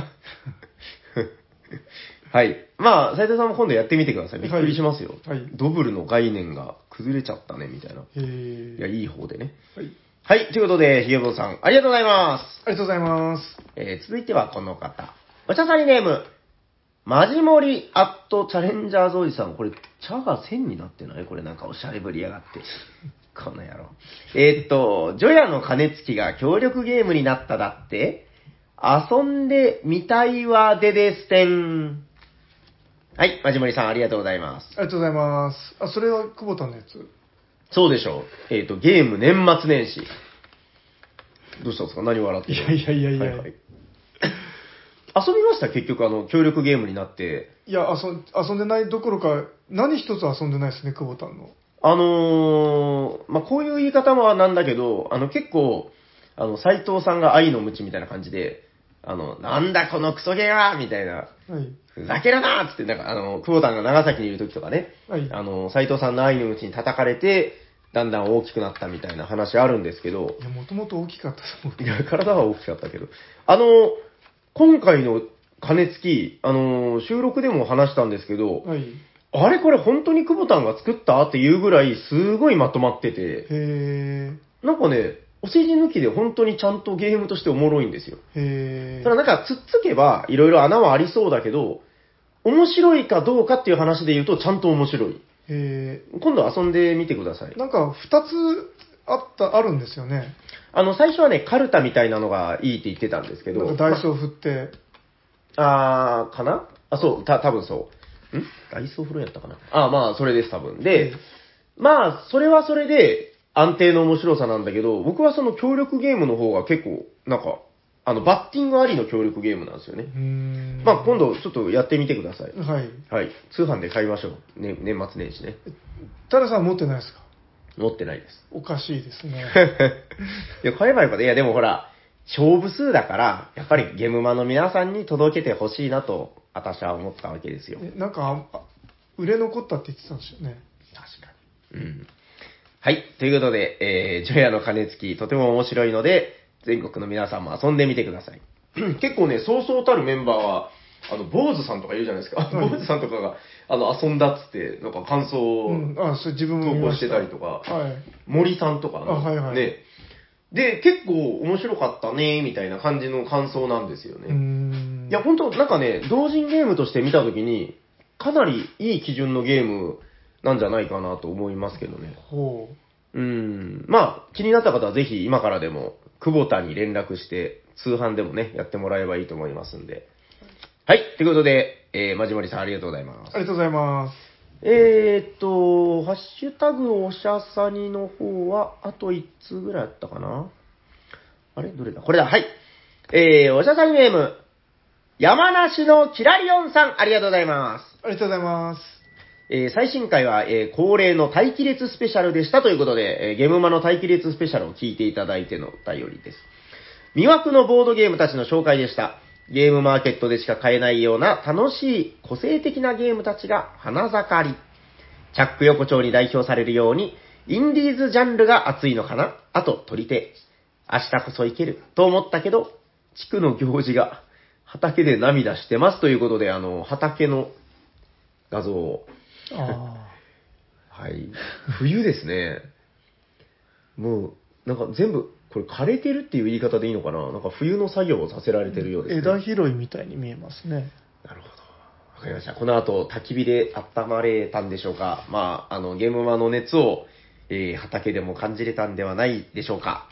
はい。まあ、斉藤さんも今度やってみてください。びっくりしますよ。 はいはいドブルの概念が崩れちゃったね、みたいな。 へーいや、いい方でね。 はい。 はい。ということで、ひげぼうさん、ありがとうございます。 ありがとうございます。 えー続いてはこの方。お茶さりネーム、マジモリアットチャレンジャーズおじさん。これ、茶が線になってないこれなんかおしゃれぶりやがって。この野郎。えーっと、ジョヤの鐘つきが協力ゲームになっただって遊んでみたいわでですてん。はい、マジモリさんありがとうございます。 ありがとうございます。あ、それは久保田のやつ。 そうでしょう。えーっと、ゲーム年末年始。どうしたんですか何笑ってるいやいやいやいやはいはい遊びました結局、あの、協力ゲームになって。 いや、遊ん遊んでないどころか、何一つ遊んでないですね、久保田の。 あのー、まあ、こういう言い方もなんだけど、あの、結構、あの、斎藤さんが愛の無知みたいな感じで、あの、なんだこのクソゲーはみたいな、 はい。 ふざけるなーっつって、なんか、あの、久保田が長崎にいる時とかね、 はい。 あの、斎藤さんの愛の無知に叩かれて、だんだん大きくなったみたいな話あるんですけど、 いや、もともと大きかったと思う。 いや、体は大きかったけど、あの、今回の鐘つき、あの、収録でも話したんですけど、 はい。 あれこれ本当に久保田が作ったっていうぐらいすごいまとまってて、 へなんかね、お世辞抜きで本当にちゃんとゲームとしておもろいんですよ。 ー。へー。 ただなんかつっつけばいろいろ穴はありそうだけど、面白いかどうかっていう話で言うとちゃんと面白い。 へ今度遊んでみてくださいー。。なんか、二つあった、あるんですよね。 あの、最初はね、カルタみたいなのがいいって言ってたんですけど、 なんかダイスを振って。 まあ、ー、かなあ、そう、た、多分そう。んダイソーフローやったかなあ、まあ、それです、多分。で、 うんまあ、それはそれで安定の面白さなんだけど、僕はその協力ゲームの方が結構、なんか、あの、バッティングありの協力ゲームなんですよねう。ーん。 まあ、今度ちょっとやってみてください。 はい。 はい。通販で買いましょう。ね、年末年始ね。 タラさん持ってないですか？ 持ってないです。 おかしいですね。 いや、買えばよかった。いや、でもほら、勝負数だから、やっぱりゲームマの皆さんに届けてほしいなと、私は思ったわけですよ。 えなんか、あ売れ残ったって言ってたんですよね。 確かに。うん。はい。ということで、えー、ジョヤの鐘つき、とても面白いので、全国の皆さんも遊んでみてください。結構ね、そうそうたるメンバーは、あの、坊主さんとかいるじゃないですか。 はい坊主さんとかが、あの、遊んだっつって、なんか感想をうん。あ、それ自分も投稿して見ました。 たりとか、 はい。 森さんとかの、 あはいはいね。で、結構面白かったね、みたいな感じの感想なんですよね。 うーん。 いや、本当なんかね、同人ゲームとして見たときに、かなりいい基準のゲームなんじゃないかなと思いますけどね。 ほうーん。まあ、気になった方はぜひ今からでも、久保田に連絡して、通販でもね、やってもらえばいいと思いますんで。はい。ということで、えー、まじもりさんありがとうございますう。あ。りがとうございます。 えーっと、ハッシュタグおしゃさにの方は、あといっつぐらいあったかなあれどれだこれだ。はい。えー、おしゃさにネーム、山梨のキラリオンさん、ありがとうございます。 ありがとうございます。 えー最新回は、えー恒例の待機列スペシャルでしたということで、えーゲームマの待機列スペシャルを聞いていただいてのお便りです。魅惑のボードゲームたちの紹介でした。ゲームマーケットでしか買えないような楽しい個性的なゲームたちが花盛り。チャック横丁に代表されるように、インディーズジャンルが熱いのかなあと、取り手。明日こそ行けると思ったけど、地区の行事が畑で涙してますということで、あの、畑の画像を。 あはい。冬ですね。もう、なんか全部、これ枯れてるっていう言い方でいいのかななんか冬の作業をさせられてるようあ。 ですね。 枝拾いみたいに見えますね。 なるほど。わかりました。この後、焚き火で温まれたんでしょうか。まあ、あの、ゲームマの熱を、えー畑でも感じれたんではないでしょうか。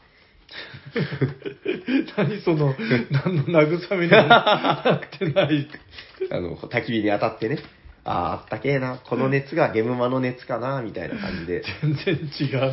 何その、何の慰めにもなってない。 あの、焚き火に当たってね。ああ、あったけえな。この熱がゲームマの熱かな、みたいな感じで。 全然違う。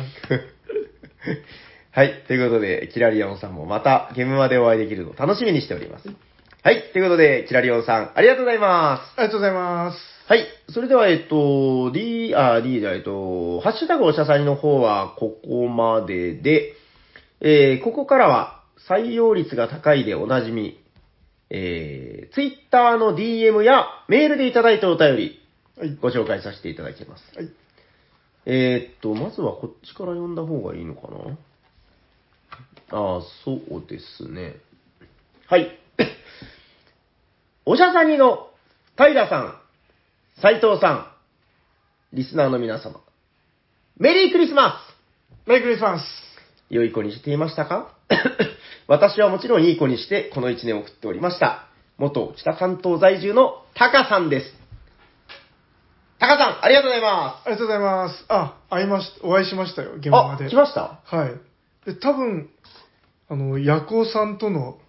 はい。ということで、キラリオンさんもまたゲームマでお会いできるのを楽しみにしております。はい。ということで、キラリオンさん、ありがとうございます。 ありがとうございます。 はい。それでは、えっと、D、あ、D じゃないと、ハッシュタグおしゃさりの方はここまでで、えー、ここからは採用率が高いでおなじみ、えー、Twitter の ディーエム やメールでいただいたお便り、 はい。 ご紹介させていただきます。 はい。 えー、っと、まずはこっちから読んだ方がいいのかなああ、そうですね。はい。おしゃさにの平さん、斉藤さん、リスナーの皆様、メリークリスマメリークリスマス。 ス良い子にしていましたか私はもちろんいい子にしてこの一年を送っておりました。元北関東在住のタカさんです。タカさん、ありがとうございまありがとうございます。あ、会いまし、お会いしましたよ、現す。あ、 場で。 来ましたはい。で、多分、あの、ヤコウさんとの、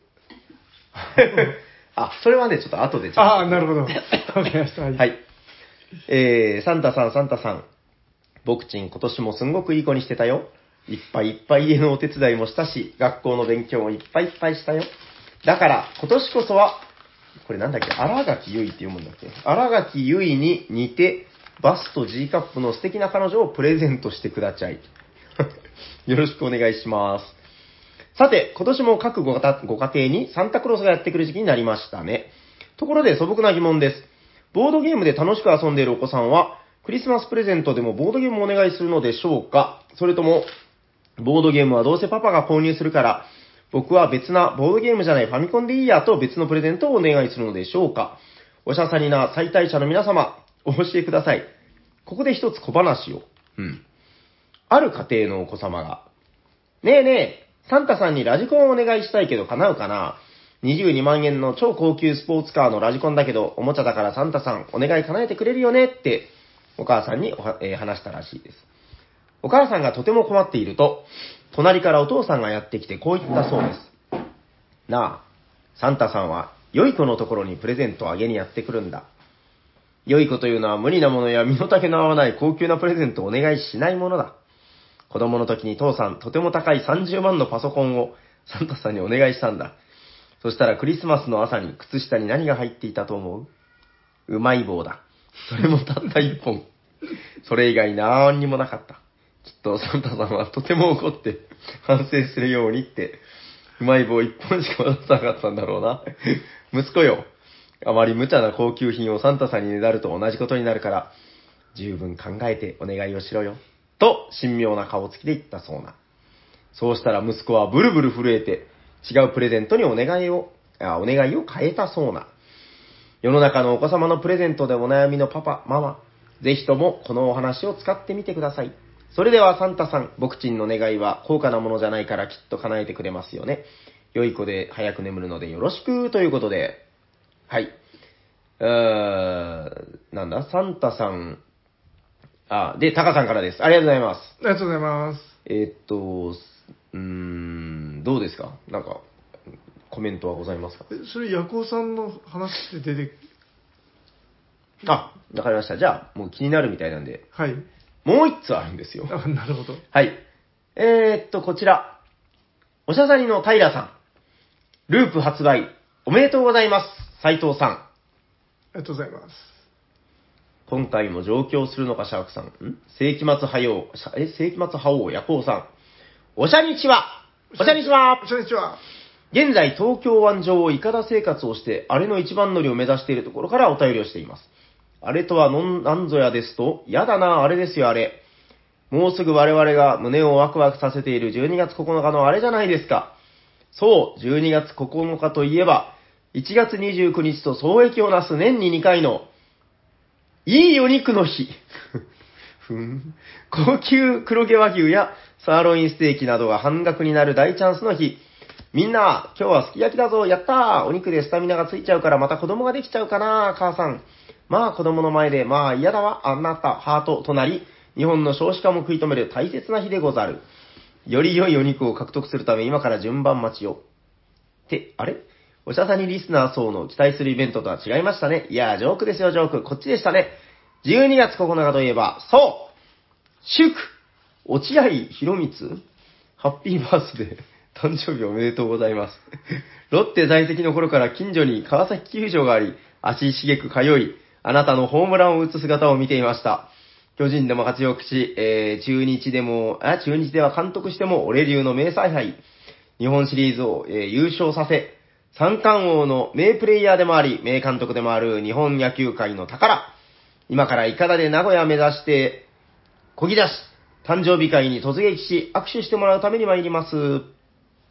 あ、それはね、ちょっと後でちょっと。 ああ、なるほど。わかりました。はい。 はい。えー、サンタさん、サンタさん。僕ちん今年もすんごくいい子にしてたよ。いっぱいいっぱい家のお手伝いもしたし、学校の勉強もいっぱいいっぱいしたよ。だから、今年こそは、これなんだっけ、荒垣結衣って読むんだっけ。荒垣結衣に似て、バスと G カップの素敵な彼女をプレゼントしてくだちゃい。よろしくお願いします。さて、今年も各ご家ご家庭にサンタクロースがやってくる時期になりましたね。ところで素朴な疑問です。ボードゲームで楽しく遊んでいるお子さんは、クリスマスプレゼントでもボードゲームをお願いするのでしょうか？それとも、ボードゲームはどうせパパが購入するから、僕は別なボードゲームじゃないファミコンでいいやと別のプレゼントをお願いするのでしょうか？おしゃさにな最大者の皆様、お教えください。ここで一つ小話を。うん。ある家庭のお子様が、ねえねえ、サンタさんにラジコンをお願いしたいけど叶うかな？にじゅうにまん円の超高級スポーツカーのラジコンだけど、おもちゃだからサンタさんお願い叶えてくれるよねって、お母さんにおは、えー話したらしいです。お母さんがとても困っていると、隣からお父さんがやってきてこう言ったそうです。なあ、サンタさんは良い子のところにプレゼントをあげにやってくるんだ。良い子というのは無理なものや身の丈の合わない高級なプレゼントをお願いしないものだ。子供の時に父さんとても高いさんじゅうまんのパソコンをサンタさんにお願いしたんだ。そしたらクリスマスの朝に靴下に何が入っていたと思う？うまい棒だ。それもたった一本。それ以外なんにもなかった。きっとサンタさんはとても怒って反省するようにって、うまい棒一本しか渡さなかったんだろうな。息子よ。あまり無茶な高級品をサンタさんにねだると同じことになるから、十分考えてお願いをしろよ。と、神妙な顔つきで言ったそうな。そうしたら息子はブルブル震えて、違うプレゼントにお願いを、あお願いを変えたそうな。世の中のお子様のプレゼントでお悩みのパパ、ママ、ぜひともこのお話を使ってみてください。それではサンタさん、僕ちんの願いは高価なものじゃないからきっと叶えてくれますよね。良い子で早く眠るのでよろしくということで、はい。うーなんだ、サンタさん、あ、で、タカさんからです。ありがとうございます。 ありがとうございます。 えーっと、うーん、どうですか？なんか、コメントはございますか？ えそれ、ヤコウさんの話で出て、 あ、わかりました。じゃあ、もう気になるみたいなんで、 はい。 もう一つあるんですよ。 あ、なるほど。 はい。えーっと、こちら。おしゃさりの平さん。ループ発売、おめでとうございます。斉藤さん。 ありがとうございます。 今回も上京するのか、シャークさん。ん世紀末派王、え、世紀末派王、ヤコウさん。おしゃにちはおしゃにちはおしゃにちは。 現在、東京湾上をイカダ生活をして、あれの一番乗りを目指しているところからお便りをしています。あれとはのんなんぞやですと、やだな、あれですよ、あれ。もうすぐ我々が胸をワクワクさせているじゅうにがつここのかのあれじゃないですか。そう、じゅうにがつここのかといえば、いちがつにじゅうくにちと双益をなす年ににかいの、いいお肉の日。ふん。高級黒毛和牛やサーロインステーキなどが半額になる大チャンスの日。みんな、今日はすき焼きだぞ、やったー。お肉でスタミナがついちゃうからまた子供ができちゃうかな、母さん。まあ子供の前で、まあ嫌だわ、あんなった、ハートとなり、日本の少子化も食い止める大切な日でござる。より良いお肉を獲得するため今から順番待ちを。って、あれおしゃさにリスナー層の期待するイベントとは違いましたね。いやー、ジョークですよ、ジョーク。こっちでしたね。じゅうにがつここのかといえば、そう祝落合博光ハッピーバースデー。誕生日おめでとうございます。ロッテ在籍の頃から近所に川崎球場があり、足しげく通い、あなたのホームランを打つ姿を見ていました。巨人でも活躍し、えー、中日でも、あ、中日では監督しても、俺流の名采配。日本シリーズを、えー、優勝させ、三冠王の名プレイヤーでもあり、名監督でもある日本野球界の宝。今からイカダで名古屋目指して、こぎ出し、誕生日会に突撃し、握手してもらうために参ります。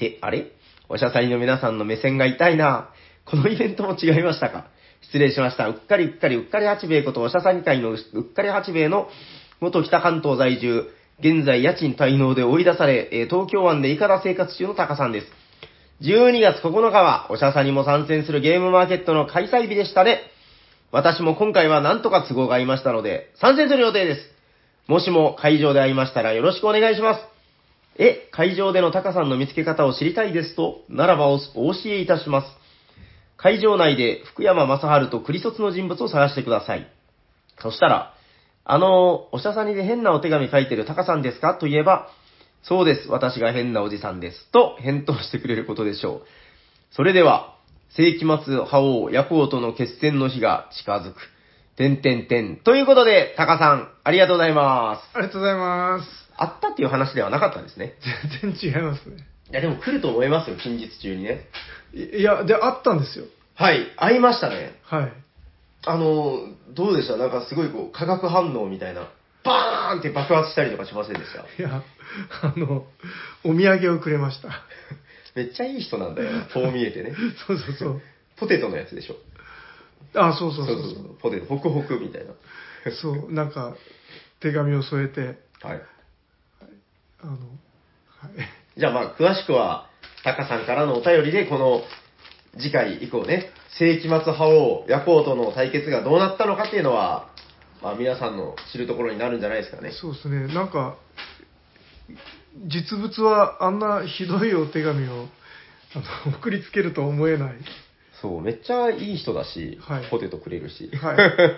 て、あれおしゃさりの皆さんの目線が痛いな。このイベントも違いましたか。失礼しました。うっかりうっかりうっかり八兵衛ことおしゃさり会のうっかり八兵衛の元北関東在住、現在家賃滞納で追い出され、えー東京湾でいかだ生活中のタカさんです。じゅうにがつここのかは、おしゃさにも参戦するゲームマーケットの開催日でしたね。私も今回はなんとか都合が合いましたので、参戦する予定です。もしも会場で会いましたらよろしくお願いします。え、会場でのタカさんの見つけ方を知りたいですと、ならばおお教えいたします。会場内で福山雅治とクリソツの人物を探してください。そしたら、あの、おしゃさにで変なお手紙書いてるタカさんですかと言えば、そうです、私が変なおじさんです。と返答してくれることでしょう。それでは、世紀末覇王ヤコウとの決戦の日が近づく。てんてんてん。ということで、タカさん、ありがとうございます。 ありがとうございます。 あったっていう話ではなかったんですね。 全然違いますね。 いや、でも来ると思いますよ、近日中にね。 いいや、で、あったんですよ。 はい、会いましたね。 はい。 あの、どうでした？なんかすごいこう、化学反応みたいな、バーンって爆発したりとかしませんでした？ いや、あの、お土産をくれました。 めっちゃいい人なんだよな、こう見えてね。 そうそうそう。 ポテトのやつでしょ。 あ、そうそうそうそう。 そうそうそうポテト、ホクホクみたいな。 そう、なんか、手紙を添えて、 はい。 あの、はい。 じゃあまあ、詳しくは、タカさんからのお便りで、この、次回以降ね、世紀末覇王、ヤコウとの対決がどうなったのかっていうのは、まあ皆さんの知るところになるんじゃないですかね。 そうですね、なんか、実物はあんなひどいお手紙をあの送りつけるとは思えない。 そう、めっちゃいい人だし、 はいポテトくれるし。 はい。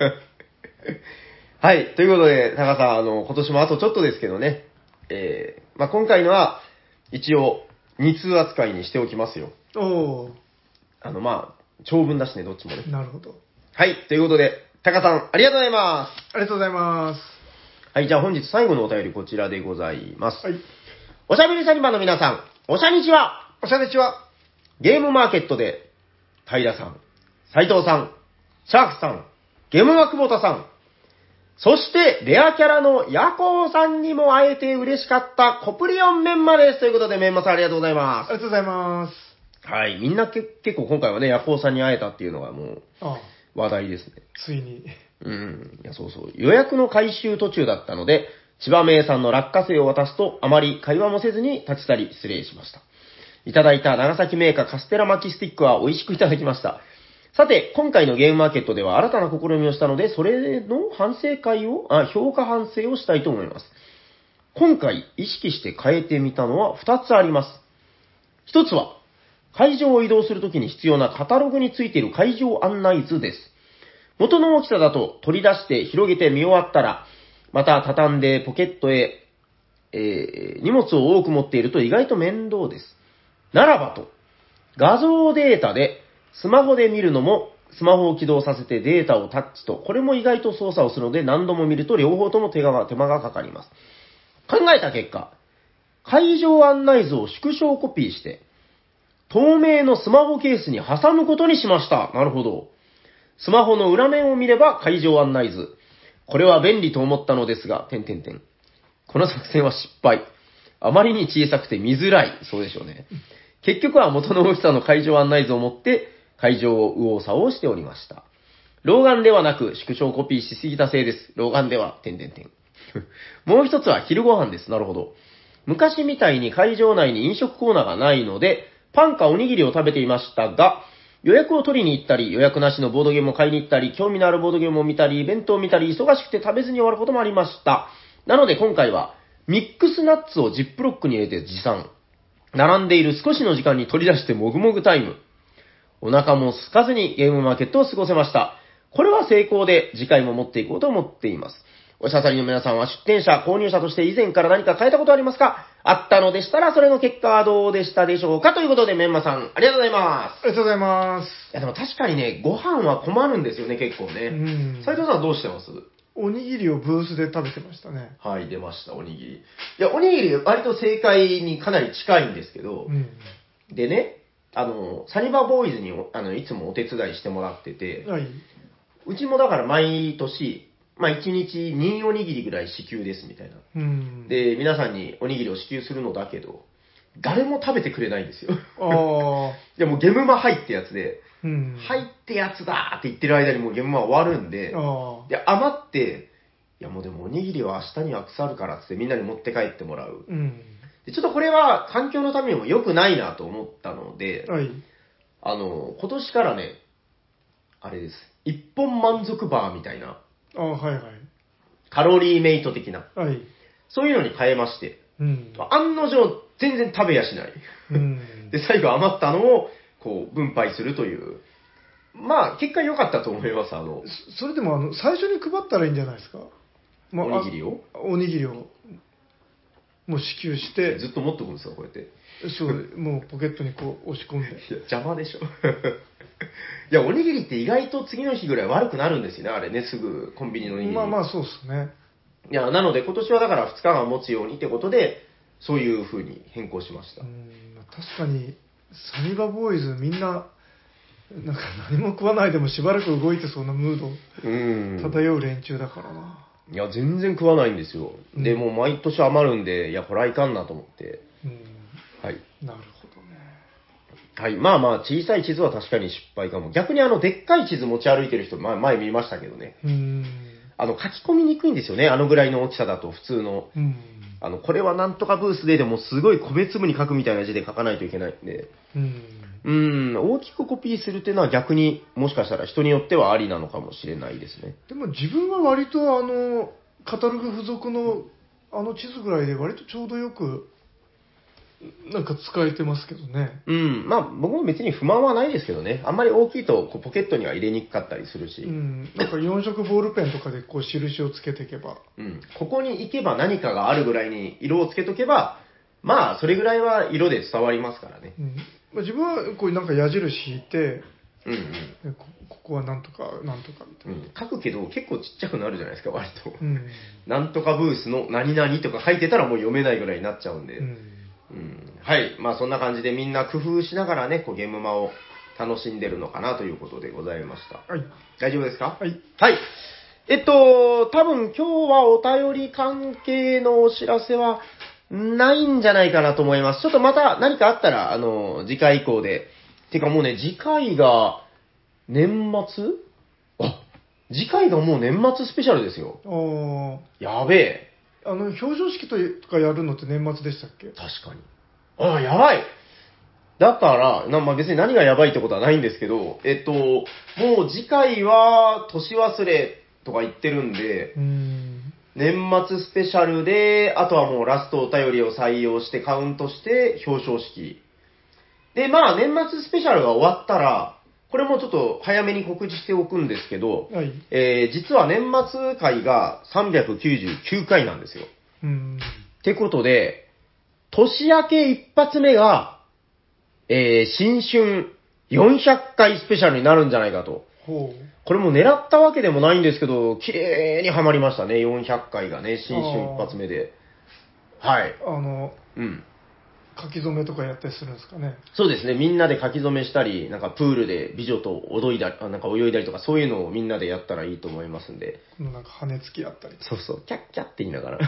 はい。ということで、タカさん、あの、今年もあとちょっとですけどね、えー、まあ今回のは、一応、に通扱いにしておきますよ。 おおあの、まあ、長文だしね、どっちもねー、。なるほど。 はい。ということで、タカさん、ありがとうございまありがとうございます。 す。はい。じゃあ本日最後のお便り、こちらでございます。 はい。 おしゃべりサニバの皆さん、おしゃにちは。 おしゃれちは。 ゲームマーケットで、平さん、斉藤さん、シャークさん、ゲームマ久保田さん、そして、レアキャラのヤコウさんにも会えて嬉しかったコプリオンメンマです。ということで、メンマさんありがとうございまありがとうございます。 す。はい。みんなけ結構今回はね、ヤコウさんに会えたっていうのがもうああ、 話題ですね。 ついに。 うん。いや、そうそう。予約の回収途中だったので、千葉名産の落花生を渡すと、あまり会話もせずに立ち去り失礼しました。いただいた長崎メーカーカステラ巻きスティックは美味しくいただきました。さて、今回のゲームマーケットでは新たな試みをしたので、それの反省会を、あ、評価反省をしたいと思います。今回意識して変えてみたのはふたつあります。ひとつは、会場を移動するときに必要なカタログについている会場案内図です。元の大きさだと取り出して広げて見終わったら、また畳んでポケットへ、えー荷物を多く持っていると意外と面倒です。ならばと、画像データでスマホで見るのもスマホを起動させてデータをタッチと、これも意外と操作をするので何度も見ると両方とも手が手間がかかります。考えた結果、会場案内図を縮小コピーして、透明のスマホケースに挟むことにしました。なるほど。スマホの裏面を見れば会場案内図。これは便利と思ったのですが、点々点。この作戦は失敗。あまりに小さくて見づらい。そうでしょうね。結局は元の大きさの会場案内図を持って会場を右往左往しておりました。老眼ではなく縮小コピーしすぎたせいです。老眼では、点々点。もう一つは昼ご飯です。なるほど。昔みたいに会場内に飲食コーナーがないので、パンかおにぎりを食べていましたが、予約を取りに行ったり、予約なしのボードゲームを買いに行ったり、興味のあるボードゲームを見たり、イベントを見たり、忙しくて食べずに終わることもありました。なので今回は、ミックスナッツをジップロックに入れて持参。並んでいる少しの時間に取り出してもぐもぐタイム。お腹も空かずにゲームマーケットを過ごせました。これは成功で次回も持っていこうと思っています。おしゃさりの皆さんは出店者、購入者として以前から何か変えたことありますか？あったのでしたらそれの結果はどうでしたでしょうか？ということでメンマさん、ありがとうございます。 ありがとうございます。 いやでも確かにね、ご飯は困るんですよね、結構ね。 うん。 斉藤さんどうしてます？ おにぎりをブースで食べてましたね。 はい、出ました、おにぎり。いや、おにぎり割と正解にかなり近いんですけど、 うん。 でね、あの、サニバボーイズにあのいつもお手伝いしてもらってて、 はい。 うちもだから毎年、まあいちにちにおにぎりぐらい支給ですみたいな。 うん。 で、皆さんにおにぎりを支給するのだけど、 誰も食べてくれないんですよ。 ああ。 でもゲムマ入ってやつで、 うん。 入ってやつだーって言ってる間にもうゲムマ終わるんで、 ああ。 で、余って、いやもうでもおにぎりは明日には腐るからっつってみんなに持って帰ってもらう。 うん。 でちょっとこれは環境のためにも良くないなと思ったので、 はい。 あの、今年からね、あれです。一本満足バーみたいな、 ああ、はいはい。 カロリーメイト的な、 はい。 そういうのに変えまして、 うん。 案の定全然食べやしない。 うん。 で、最後余ったのを、こう、分配するという。まあ、結果良かったと思います、あの、 そそれでも、あの、最初に配ったらいいんじゃないですか。まあ、 おにぎりを。 あおにぎりを、もう支給して、 ずっと持っておくんですよ、こうやって。いそう、もうポケットにこう押し込んで。 や、邪魔でしょ。いや、おにぎりって意外と次の日ぐらい悪くなるんですよね、あれね、すぐコンビニのおにぎり。 まあまあ、そうですね。 いや、なので今年はだからふつかかん持つようにってことで、そういう風に変更しましたう。ん、確かに、サニバボーイズ、みんな、なんか何も食わないでもしばらく動いてそうなムードうん。 漂う連中だからな。 いや、全然食わないんですよ。 うんで、もう毎年余るんで、いや、これはいかんなと思って。 うん、 はい。 なるほどね。 はい。まあまあ、小さい地図は確かに失敗かも。逆にあの、でっかい地図持ち歩いてる人、まあ、前見ましたけどね。 うん。 あの、書き込みにくいんですよね。あのぐらいの大きさだと、普通の。 うん。 あの、これはなんとかブースで、でもすごい個別部に書くみたいな字で書かないといけないんで。 うん。 うーん、大きくコピーするっていうのは逆にもしかしたら人によってはありなのかもしれないですね。 でも自分は割とあの、カタログ付属のあの地図ぐらいで割とちょうどよく、なんか使えてますけどね。 うん、まあ僕も別に不満はないですけどね。あんまり大きいとこうポケットには入れにくかったりするし。 うん。なんかよん色ボールペンとかでこう印をつけていけば。 うん、ここに行けば何かがあるぐらいに色をつけとけば、まあそれぐらいは色で伝わりますからね。 うんまあ、自分はこういうなんか矢印引いて、 うんうん。 でこここはなんとかなんとかみたいな。 うん、書くけど結構ちっちゃくなるじゃないですか、割と。 うん。 なんとかブースの何々とか書いてたらもう読めないぐらいになっちゃうんで。 うん。 うん、はい。まあそんな感じでみんな工夫しながらね、こうゲームマを楽しんでるのかなということでございました。 はい。 大丈夫ですか？ はい。 はい。えっと、多分今日はお便り関係のお知らせはないんじゃないかなと思います。ちょっとまた何かあったら、あの、次回以降で。てかもうね、次回が年末？あ、次回がもう年末スペシャルですよ。 あやべえ。 あ、あの、表彰式とかやるのって年末でしたっけ？ 確かに。ああ、やばい。だから、なまあ、別に何がやばいってことはないんですけど、えっと、もう次回は年忘れとか言ってるんで、 うーん。 年末スペシャルで、あとはもうラストお便りを採用してカウントして表彰式。で、まあ年末スペシャルが終わったら、これもちょっと早めに告知しておくんですけど、 はい。 えー実は年末回がさんびゃくきゅうじゅうきゅうかいなんですよ。 うーん。 ってことで、年明け一発目が、えー新春よんひゃっかいスペシャルになるんじゃないかと。 ほう。 これも狙ったわけでもないんですけど、綺麗にはまりましたね、よんひゃっかいがね、新春一発目で。はい。 あの、 うん。 書き初めとかやったりするんですかね。 そうですね、みんなで書き初めしたり、なんかプールで美女と踊いだり、あなんか泳いだりとか、そういうのをみんなでやったらいいと思いますんで。 このなんか羽根付きあったり。 そうそう、キャッキャって言いながら。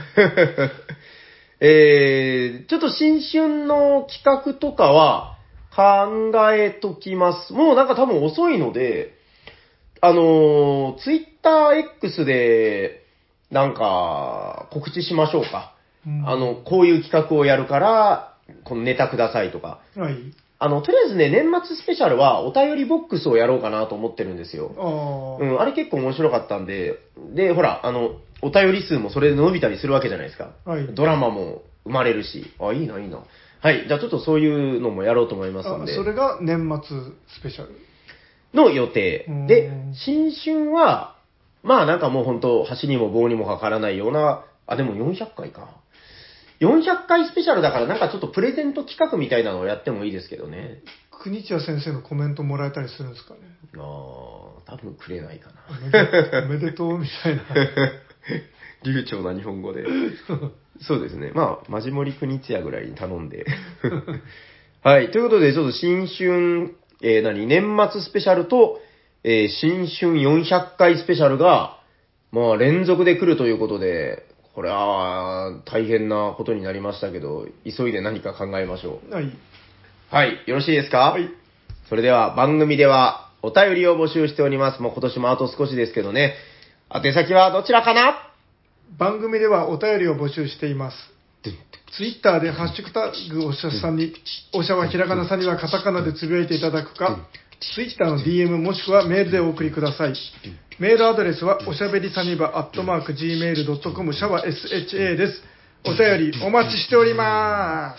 えー、ちょっと新春の企画とかは考えときます。もうなんか多分遅いので、あのー、ツイッター X で、なんか、告知しましょうか。 うんあの、こういう企画をやるから、このネタくださいとか。 はい。 あの、とりあえずね、年末スペシャルはお便りボックスをやろうかなと思ってるんですよ。 ああ。 うん、あれ結構面白かったんで、で、ほら、あの、お便り数もそれで伸びたりするわけじゃないですか。 はいドラマも生まれるし。あ、いいな、いいな。はい、じゃあちょっとそういうのもやろうと思いますんで。 あそれが年末スペシャル。 の予定う。んで、新春は、まあなんかもう本当、箸にも棒にもかからないような、あ、でもよんひゃっかいか。よんひゃっかいスペシャルだからなんかちょっとプレゼント企画みたいなのをやってもいいですけどね。 国千谷先生のコメントもらえたりするんですかね。 ああ、多分くれないかおめな。 でおめでとうみたいな。 流暢な日本語で。そうですね。まあ、マジモリ国津屋ぐらいに頼んで。はい。ということで、ちょっと新春、えー、何、年末スペシャルと、えー、新春よんひゃっかいスペシャルが、まあ、連続で来るということで、 これは大変なことになりましたけど、急いで何か考えましょう。 はい。 はい、よろしいですか？ はい。 それでは番組ではお便りを募集しております。もう今年もあと少しですけどね。宛先はどちらかな？ 番組ではお便りを募集しています。ツイッターでハッシュタグおしゃさんに、おしゃはひらがなさんにはカタカナでつぶやいていただくか、ツイッターの ディーエム もしくはメールでお送りください。メールアドレスはおしゃべりサニバアットマーク ジーメールドットコム シャワー エスエイチエー です。お便りお待ちしております。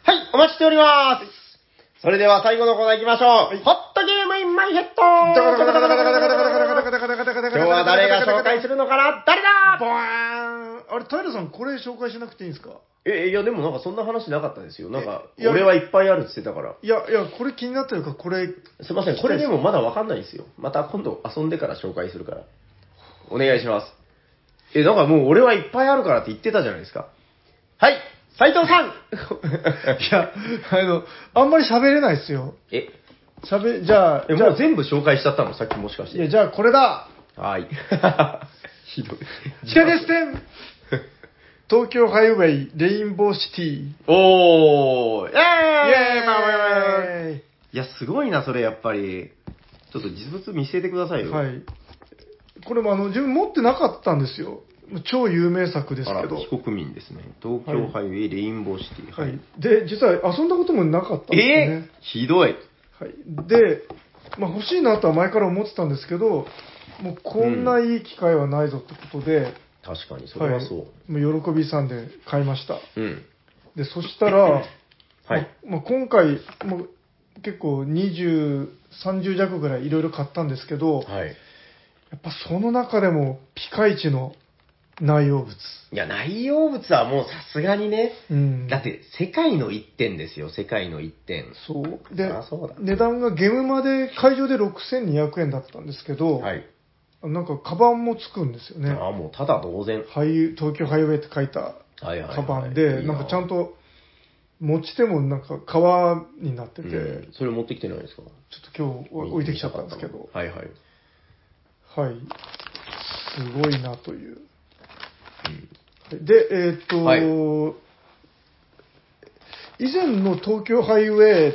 はい、お待ちしております。それでは最後のコーナー行きましょう。ホットゲームインマイヘッド。今日は誰が紹介するのかな？誰だ？ ボーン。あれ、平さん、これ紹介しなくていいんですか？ え、いや、でもなんかそんな話なかったですよ。なんか、 いや俺はいっぱいあるって言ってたから。 いや、いや、これ気になってるから、これ。 すいません、これでもまだわかんないですよ。また今度遊んでから紹介するから。お願いします。え、なんかもう俺はいっぱいあるからって言ってたじゃないですか。はい、斉藤さん。 いや、あの、あんまり喋れないですよ。 え、 喋、じゃあ、 え、 じゃあもう全部紹介しちゃったのさっきもしかして。 いや、じゃあこれだ。 はい。ひどい。 地下鉄線東京ハイウェイレインボーシティ。 おー、イェーイイイエーイ。 いや、すごいな、それやっぱり。ちょっと実物見せてくださいよ。 はい。これもあの、自分持ってなかったんですよ。超有名作ですけど。 非国民ですね。東京ハイウェイレインボーシティ。 はい。はい、で、実は遊んだこともなかったんですね。 えー、ひどい。 はい。で、まあ欲しいなとは前から思ってたんですけど、もうこんないい機会はないぞってことで、うん、 確かに、それはそう。 はい、もう喜びさんで買いました。 うん。 で、そしたら、はい。ままあ、今回、もう結構にじゅう、さんじゅう弱ぐらいいろいろ買ったんですけど、 はい。 やっぱその中でもピカイチの内容物。 いや、内容物はもうさすがにね、 うん、 だって世界の一点ですよ、世界の一点。 そう。で、 あ、そうだ。 値段がゲームまで会場でろくせんにひゃくえんだったんですけど、 はい。 なんか、カバンもつくんですよね。 ああ、もうただ同然。 ハイ東京ハイウェイって書いたカバンで、はいはいはい、なんかちゃんと持ち手もなんか革になってて、うん、 それ持ってきてないですか？ ちょっと今日置いてきちゃったんですけど、 はいはい。 はい。すごいなという。うん、で、えー、っと、はい、以前の東京ハイウェイって、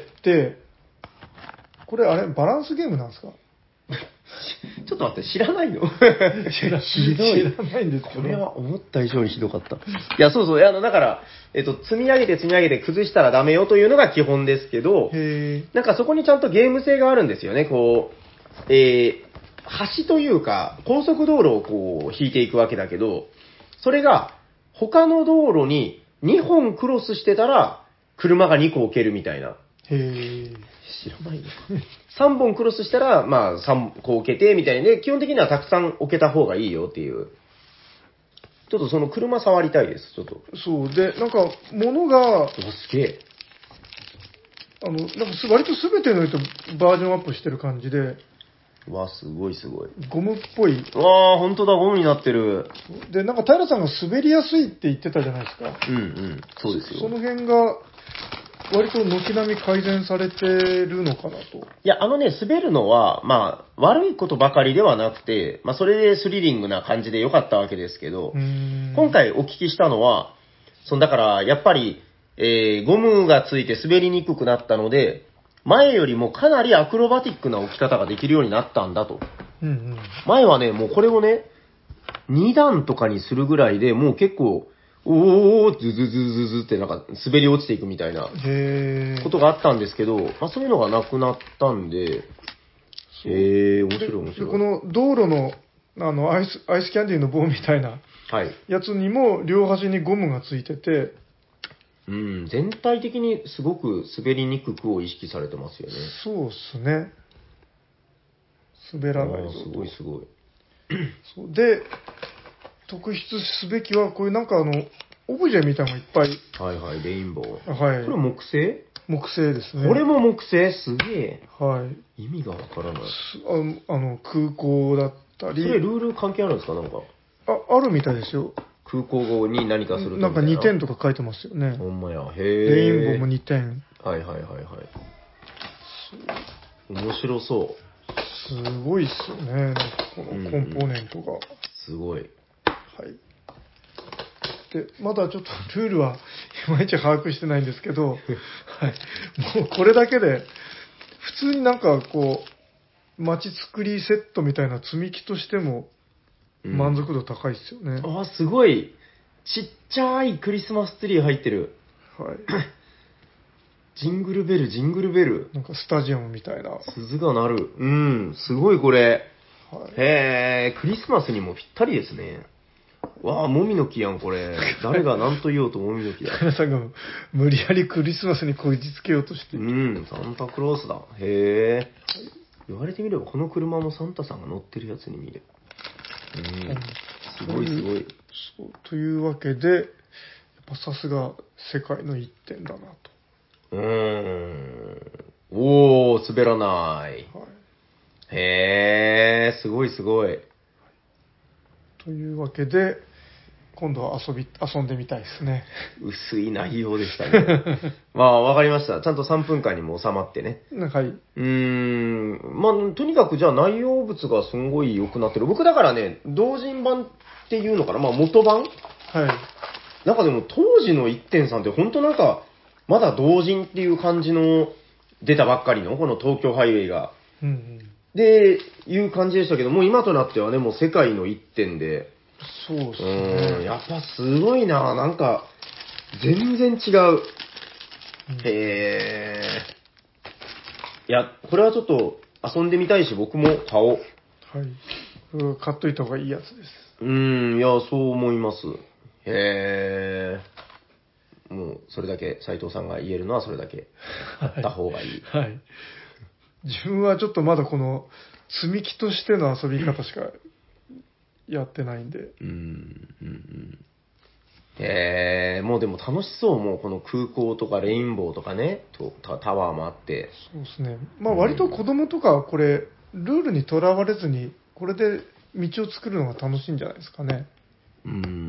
これあれ、バランスゲームなんですか？ ちょっと待って、知らないの？ 知らひどい。 知らないんですけど。 これは思った以上にひどかった。いや、そうそう。あの、だから、えっと、積み上げて積み上げて崩したらダメよというのが基本ですけど、 へなんかそこにちゃんとゲーム性があるんですよね。こう、えー、橋というか、高速道路をこう、引いていくわけだけど、それが、他の道路ににほんクロスしてたら、車がにこ置けるみたいな。 へー。 知らないのか。さんぼんクロスしたら、まあ、さんこ置けて、みたいにね、基本的にはたくさん置けた方がいいよっていう。ちょっとその車触りたいです、ちょっと。 そう。で、なんか、物が、 お、すげえ。 あの、なんか割と全ての人バージョンアップしてる感じで。 うわ、すごいすごい。 ゴムっぽい。 うわー、ほんとだ、ゴムになってる。 で、なんか平さんが滑りやすいって言ってたじゃないですか。 うんうん、そうですよ。 その辺が、割と軒並み改善されてるのかなと。 いや、あのね、滑るのは、まあ、悪いことばかりではなくて、まあ、それでスリリングな感じで良かったわけですけど、今回お聞きしたのは、そのだから、やっぱり、えー、ゴムがついて滑りにくくなったので、前よりもかなりアクロバティックな置き方ができるようになったんだと。 うんうん、 前はね、もうこれをね、に段とかにするぐらいでもう結構、おー、ズズズズズってなんか滑り落ちていくみたいなことがあったんですけど、まあそういうのがなくなったんで、へえ、面白い面白い。 この道路のあのアイス、アイスキャンディーの棒みたいなやつにも両端にゴムがついてて、 うん、全体的にすごく滑りにくくを意識されてますよね。 そうっすね。滑らないぞ。 すごいすごい。 そうで、特筆すべきは、こういうなんかあの、オブジェみたいなのがいっぱい。 はいはい、レインボー。 はい。 これ木製木製ですね。 これも木製すげえ。 はい。 意味がわからない。 ああの、空港だったり。 それルール関係あるんですかなんか。 あ、あるみたいですよ。 空港語に何かするとなんかにてんとか書いてますよね。 ほんまや。へえ。 レインボーもにてん。 はいはいはいはい。面白そう。 すごいっすよね。なんかこのコンポーネントが。うんうん、 すごい。 はい。 て、まだちょっとルールはいまいち把握してないんですけど、はい。もうこれだけで、普通になんかこう、街づくりセットみたいな積み木としても満足度高いですよね。 あ、すごい。ちっちゃいクリスマスツリー入ってる。 はい。 ジングルベル、ジングルベル。 なんかスタジアムみたいな。は鈴が鳴る。うん、すごいこれ。 い。 へえ、クリスマスにもぴったりですね。わあ、もみの木やん、これ。誰が何と言おうともみの木だ。 皆さんが無理やりクリスマスにこじつけようとしてういる。 ん、サンタクロースだ。へえ。言われてみれば、この車もサンタさんが乗ってるやつに見える。うん。すごいすごい。 そうというわけで、やっぱさすが世界の一点だなと。 うーん。おー、滑らない。 はい。 へー、すごいすごい。 というわけで、今度は遊び、遊んでみたいですね。 薄い内容でしたね。まあ、わかりました。ちゃんとさんぷんかんにも収まってね。 はい。 うーん。まあ、とにかくじゃあ内容物がすんごい良くなってる。僕だからね、同人版っていうのかな、まあ元版はい。 なんかでも当時の いってんさん って本当なんか、まだ同人っていう感じの出たばっかりの、この東京ハイウェイが。 うんうん。 で、いう感じでしたけど、もう今となってはね、もう世界のいってんで、 そうっすうーん、 ね。 やっぱすごいな、なんか、全然違う。 うんへー。いや、これはちょっと遊んでみたいし、僕も買おう。 はい。うん買っといた方がいいやつです。 うーん、いや、そう思います。へー。もう、それだけ、斉藤さんが言えるのはそれだけ、買った方がいい。 はい。自分はちょっとまだこの積み木としての遊び方しかやってないんで。 うん、うん、うん。へー、もうでも楽しそう、もうこの空港とかレインボーとかね、とタタワーもあって。 そうですね。まあ割と子供とかはこれ、ルールにとらわれずに、これで道を作るのが楽しいんじゃないですかね。 うん、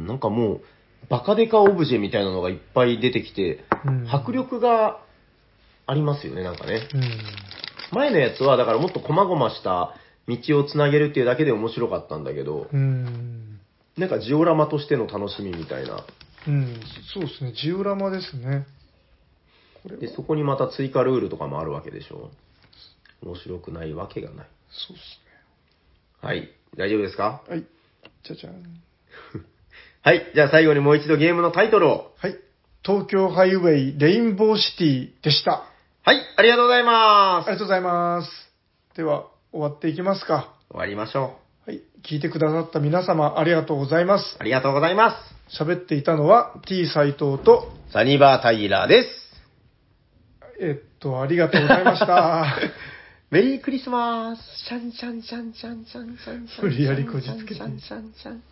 なんかもう、バカデカオブジェみたいなのがいっぱい出てきて、 うん迫力がありますよね、なんかね。 うん。 前のやつは、だからもっと細々した道をつなげるっていうだけで面白かったんだけど、 うん。 なんかジオラマとしての楽しみみたいな。 うん。そうですね。ジオラマですね。これは。 で、そこにまた追加ルールとかもあるわけでしょ。面白くないわけがない。 そうですはい。大丈夫ですか？ ね。はい。じゃじゃん。 はい。じゃあ最後にもう一度ゲームのタイトルを。 はい。東京ハイウェイレインボーシティでした。 はい。ありがとうございます。 ありがとうございます。では、終わっていきますか。 終わりましょう。 はい。聞いてくださった皆様、ありがとうございます。 ありがとうございま喋っていたのは T 斎藤と、 す。サニバータイラーです。 えっと、ありがとうございました。 メリークリスマス。シャンシャンシャンシャンシャンシャンシャン。 無理やりこじつけてシャンシャンシャンシャン。